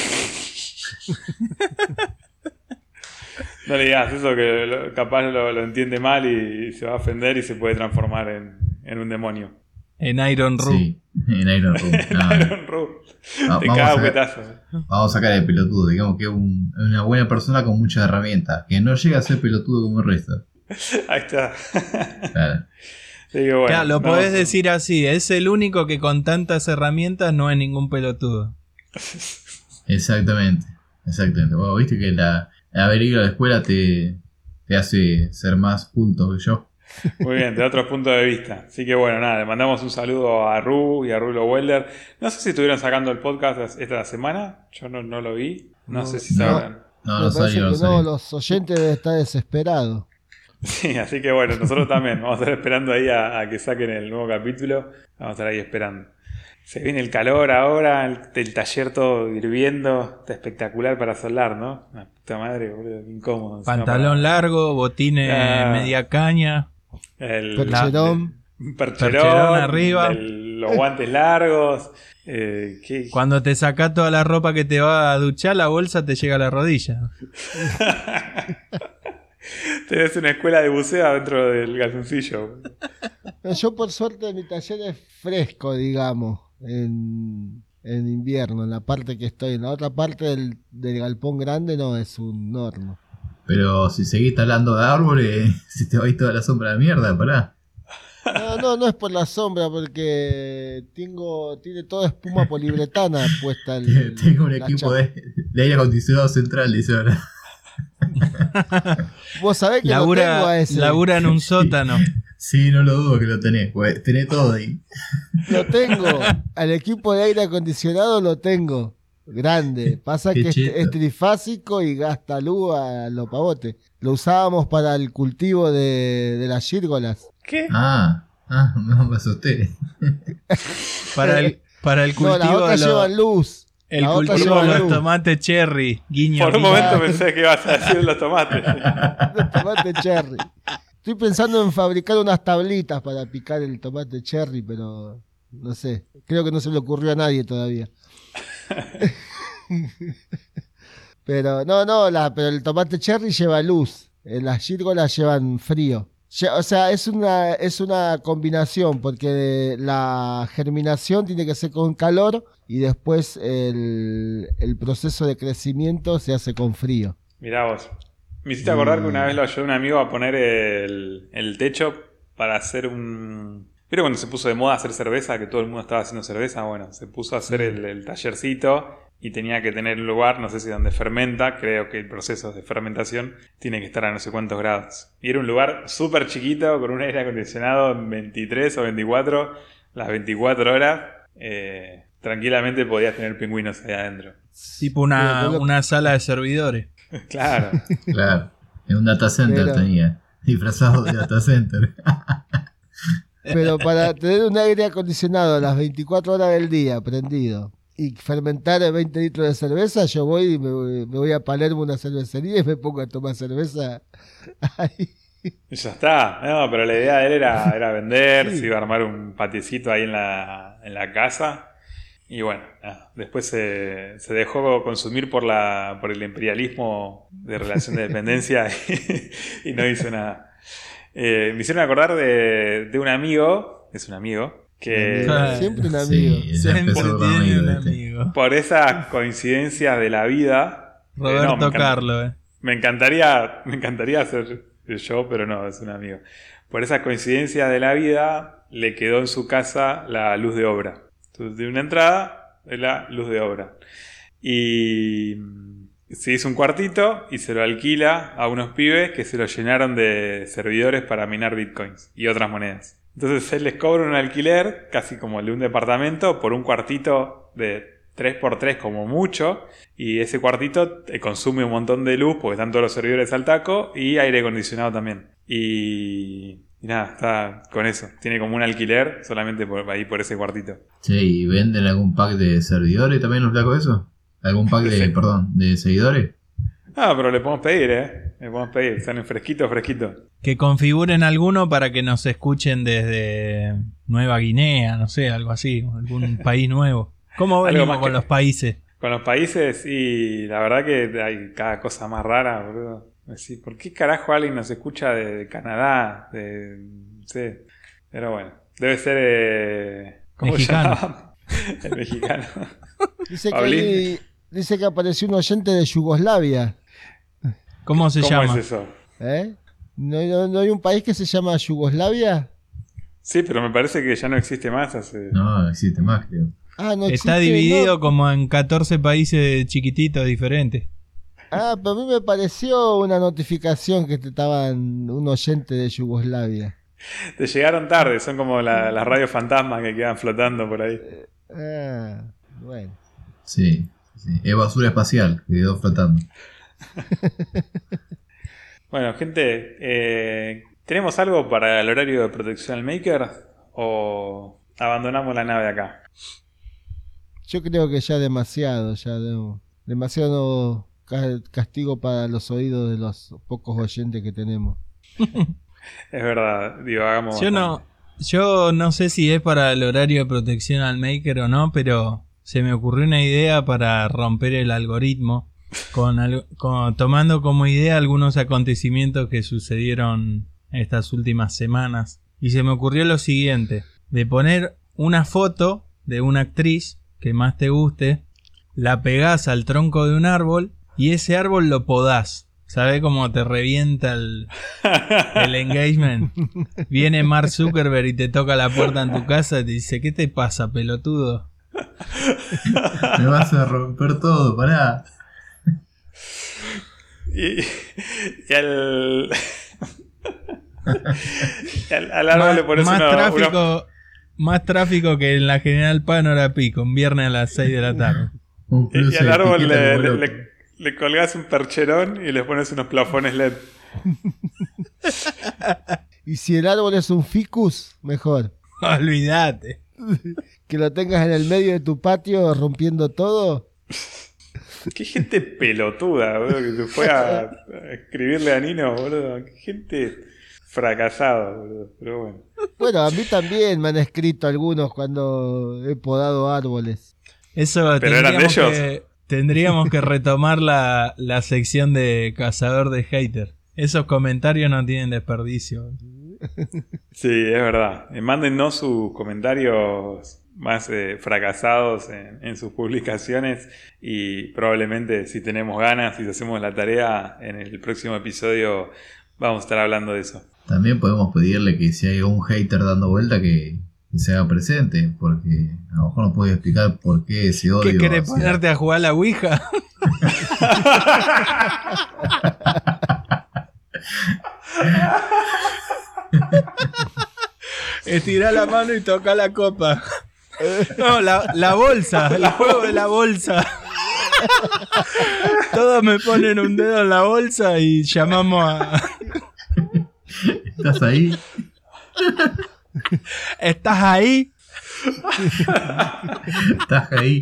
No le digas eso que lo- capaz lo, lo entiende mal y, se va a ofender y se puede transformar en, en un demonio. En Iron Ru. Sí, en Iron Room. No, no. Iron Ru. Va- Te vamos, caga a un sacar, petazo. vamos a sacar el pelotudo. Digamos que es un- es una buena persona con muchas herramientas. Que no llega a ser pelotudo como el resto. Ahí está. Claro. Digo, bueno, Claro, lo no, podés sí. decir así, es el único que con tantas herramientas no es ningún pelotudo. Exactamente. Exactamente. Bueno, viste que la, el haber ido a la escuela te, te hace ser más culto que yo. Muy bien, de otro punto de vista. Así que bueno, nada, le mandamos un saludo a Ru y a Rulo Welder. No sé si estuvieron sacando el podcast esta semana. Yo no, no lo vi. No, No, sé si no. sabrán. No, Me no parece salió, no que no, salió. los oyentes deben estar desesperados. Sí, así que bueno, nosotros también vamos a estar esperando ahí a, a que saquen el nuevo capítulo. Vamos a estar ahí esperando. Se viene el calor ahora, el, el taller todo hirviendo. Está espectacular para soldar, ¿no? La puta madre, boludo, qué incómodo. Encima Pantalón para- largo, botines Ah. media caña. El, Percherón. el- percherón, Percherón arriba. el- los guantes largos. Eh, ¿qué? Cuando te sacás toda la ropa que te va a duchar, la bolsa te llega a la rodilla. Tenés una escuela de buceo dentro del calzoncillo. No, yo por suerte mi taller es fresco, digamos, en, en invierno, en la parte que estoy. En la otra parte del, del galpón grande no, es un horno. Pero si seguís talando de árboles, si te va a ir toda la sombra de mierda, pará. No, no, no es por la sombra, porque tengo tiene toda espuma poliuretana puesta. El, Tengo un la equipo chapa. de, de aire acondicionado central, dice ahora. Vos sabés que lo tengo Labura, a ese. labura en un sótano. Sí, no lo dudo que lo tenés, pues tenés todo ahí. Lo tengo. Al equipo de aire acondicionado lo tengo. Grande. Pasa Qué que es, cheto. es trifásico y gasta luz a lo pavote. Lo usábamos para el cultivo de, de las gírgolas. ¿Qué? Ah, ah, no me asusté. Para el, para el No, cultivo las otras de los, llevan luz. el Las otras cultivo de llevan los luz. tomates cherry. Guiño. Por un guiño. momento pensé que ibas a decir los tomates. De tomate cherry. Estoy pensando en fabricar unas tablitas para picar el tomate cherry, pero no sé. Creo que no se le ocurrió a nadie todavía. Pero no, no, la, pero el tomate cherry lleva luz. eh, Las gírgolas llevan frío. Lle- O sea, es una, es una combinación, porque la germinación tiene que ser con calor y después el, el proceso de crecimiento se hace con frío. Mirá vos. Me hiciste acordar que una vez lo ayudó un amigo a poner el, el techo para hacer un... ¿Vieron cuando se puso de moda hacer cerveza? Que todo el mundo estaba haciendo cerveza. Bueno, se puso a hacer el, el tallercito y tenía que tener un lugar, no sé si donde fermenta. Creo que el proceso de fermentación tiene que estar a no sé cuántos grados. Y era un lugar súper chiquito con un aire acondicionado en veintitrés o veinticuatro. Las veinticuatro horas eh, tranquilamente podías tener pingüinos ahí adentro. Tipo una, Pero no lo- una sala de servidores. Claro. Claro, en un data center Pero- tenía, disfrazado de data center. Pero para tener un aire acondicionado las veinticuatro horas del día prendido y fermentar veinte litros de cerveza, yo voy y me, voy- me voy a Palermo, una cervecería, y me pongo a tomar cerveza ahí. Y ya está. No, pero la idea de él era, era vender, Sí. se iba a armar un patiecito ahí en la, en la casa. Y bueno, nada, después se, se dejó consumir por la por el imperialismo de relación de dependencia y, y no hizo nada. Eh, me hicieron acordar de, de un amigo, es un amigo, que Ah, Siempre un amigo. Sí, ya Siempre empezó con tiene amigo, un ¿viste? amigo. por esas coincidencias de la vida Roberto Eh, no, me encanta- Carlo, eh. Me encantaría, me encantaría hacer yo, pero no, es un amigo. Por esas coincidencias de la vida, le quedó en su casa la luz de obra. Entonces, de una entrada, de la luz de obra. Y se hizo un cuartito y se lo alquila a unos pibes que se lo llenaron de servidores para minar bitcoins y otras monedas. Entonces él les cobra un alquiler, casi como el de un departamento, por un cuartito de tres por tres como mucho, y ese cuartito te consume un montón de luz porque están todos los servidores al taco y aire acondicionado también. Y, y nada, está con eso. Tiene como un alquiler solamente por, ahí por ese cuartito. Che, ¿y venden algún pack de servidores también los flacos eso? ¿Algún pack de, Sí. perdón, de seguidores? Ah, pero le podemos pedir, ¿eh? Le podemos pedir. Salen fresquitos, fresquitos. Que configuren alguno para que nos escuchen desde Nueva Guinea, no sé, algo así, algún país nuevo. ¿Cómo Algo venimos más con que- los países? Con los países, y la verdad que hay cada cosa más rara, boludo. Así, ¿por qué carajo alguien nos escucha de, de Canadá? De, no sé. Pero bueno, debe ser. Eh, ¿Cómo Mexicano. se llama? El mexicano. Dice que, Pablín. hay- dice que apareció un oyente de Yugoslavia. ¿Cómo se ¿Cómo llama? es eso? ¿Eh? ¿No, no, no hay un país que se llama Yugoslavia? Sí, pero me parece que ya no existe más hace. No, no existe más, creo. Ah, no Está existe, dividido no. como en catorce países chiquititos diferentes. Ah, pero a mí me pareció una notificación que te estaban un oyente de Yugoslavia. Te llegaron tarde, son como la- las radios fantasmas que quedan flotando por ahí. Ah, bueno. Sí, sí. Es basura espacial, que quedó flotando. Bueno, gente, eh, ¿tenemos algo para el horario de protección al Maker? ¿O abandonamos la nave acá? Yo creo que ya demasiado, ya de- demasiado ca- castigo para los oídos de los pocos oyentes que tenemos. Es verdad, digo, hagamos. Yo no, yo no sé si es para el horario de protección al Maker o no, pero se me ocurrió una idea para romper el algoritmo, con, al- con- tomando como idea algunos acontecimientos que sucedieron estas últimas semanas. Y se me ocurrió lo siguiente, de poner una foto de una actriz que más te guste, la pegás al tronco de un árbol y ese árbol lo podás. ¿Sabés cómo te revienta el, el engagement? Viene Mark Zuckerberg y te toca la puerta en tu casa y te dice, ¿qué te pasa, pelotudo? Me vas a romper todo, pará. Y, y al. y al, al árbol Más, le pones más uno- tráfico, uno- más tráfico que en la General Paz hora pico, un viernes a las seis de la tarde. Un y, y cruce al de árbol etiqueta le, como le, loco. le- le colgás un percherón y le pones unos plafones L E D. Y si el árbol es un ficus, mejor. Olvídate. Que lo tengas en el medio de tu patio rompiendo todo. Qué gente pelotuda, boludo, que se fue a, a escribirle a Nino, boludo. Qué gente fracasada, boludo. Pero bueno. Bueno, a mí también me han escrito algunos cuando he podado árboles. Eso ¿Pero eran de tendríamos ellos? que, tendríamos que retomar la, la sección de cazador de hater. Esos comentarios no tienen desperdicio. Sí, es verdad. Eh, Mándennos sus comentarios más eh, fracasados en, en sus publicaciones y probablemente si tenemos ganas y si hacemos la tarea en el próximo episodio vamos a estar hablando de eso. También podemos pedirle que si hay un hater dando vuelta que, que se haga presente, porque a lo mejor nos puede explicar por qué ese odio. ¿Qué querés hacia- ponerte a jugar a la Ouija? Estirá la mano y toca la copa. No, la, la bolsa, el juego de la bolsa. Todos me ponen un dedo en la bolsa y llamamos a... ¿Estás ahí? ¿Estás ahí? ¿Estás ahí?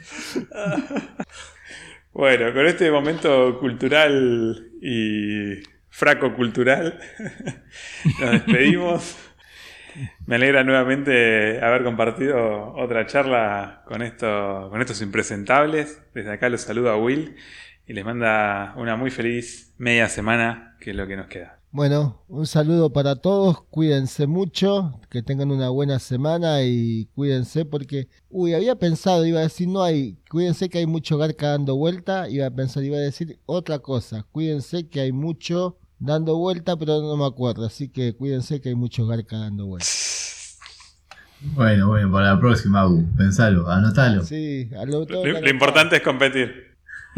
Bueno, con este momento cultural y fraco-cultural nos despedimos. Me alegra nuevamente haber compartido otra charla con, esto, con estos impresentables. Desde acá los saluda Will y les manda una muy feliz media semana, que es lo que nos queda. Bueno, un saludo para todos, cuídense mucho, que tengan una buena semana y cuídense porque, uy, había pensado, iba a decir, no hay, cuídense que hay mucho garca dando vuelta, iba a pensar, iba a decir otra cosa, cuídense que hay mucho dando vuelta, pero no me acuerdo, así que cuídense que hay mucho garca dando vuelta. Bueno, bueno, para la próxima, Agu, pensalo, anotalo. Sí, a lo, Lo, lo importante es competir.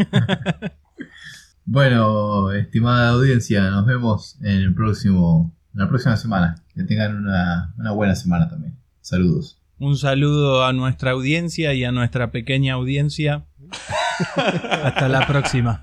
Bueno, estimada audiencia, nos vemos en el próximo, en la próxima semana. Que tengan una, una buena semana también. Saludos. Un saludo a nuestra audiencia y a nuestra pequeña audiencia. Hasta la próxima.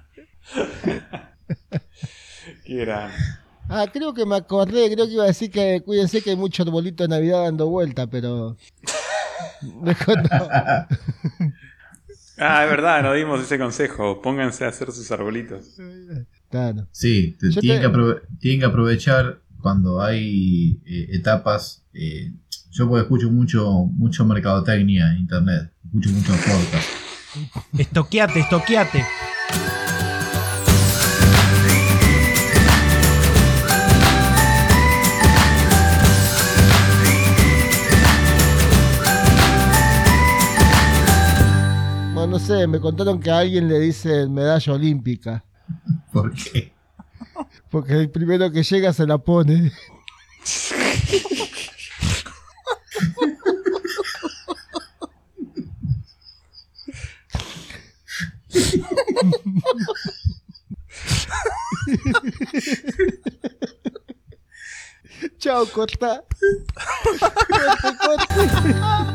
Qué gran. Ah, creo que me acordé, creo que iba a decir que cuídense que hay mucho arbolito de Navidad dando vuelta, pero... Mejor no. Ah, es verdad, nos dimos ese consejo. Pónganse a hacer sus arbolitos. Claro. Sí, te- Yo tienen, te- que aprove- tienen que aprovechar cuando hay eh, etapas. Eh, yo porque escucho mucho, mucho mercadotecnia en internet. Escucho mucho podcast. Estoqueate, estoqueate. Bueno, no sé, me contaron que a alguien le dicen medalla olímpica, ¿Por qué? porque el primero que llega se la pone. Chao, corta. Corte, corte.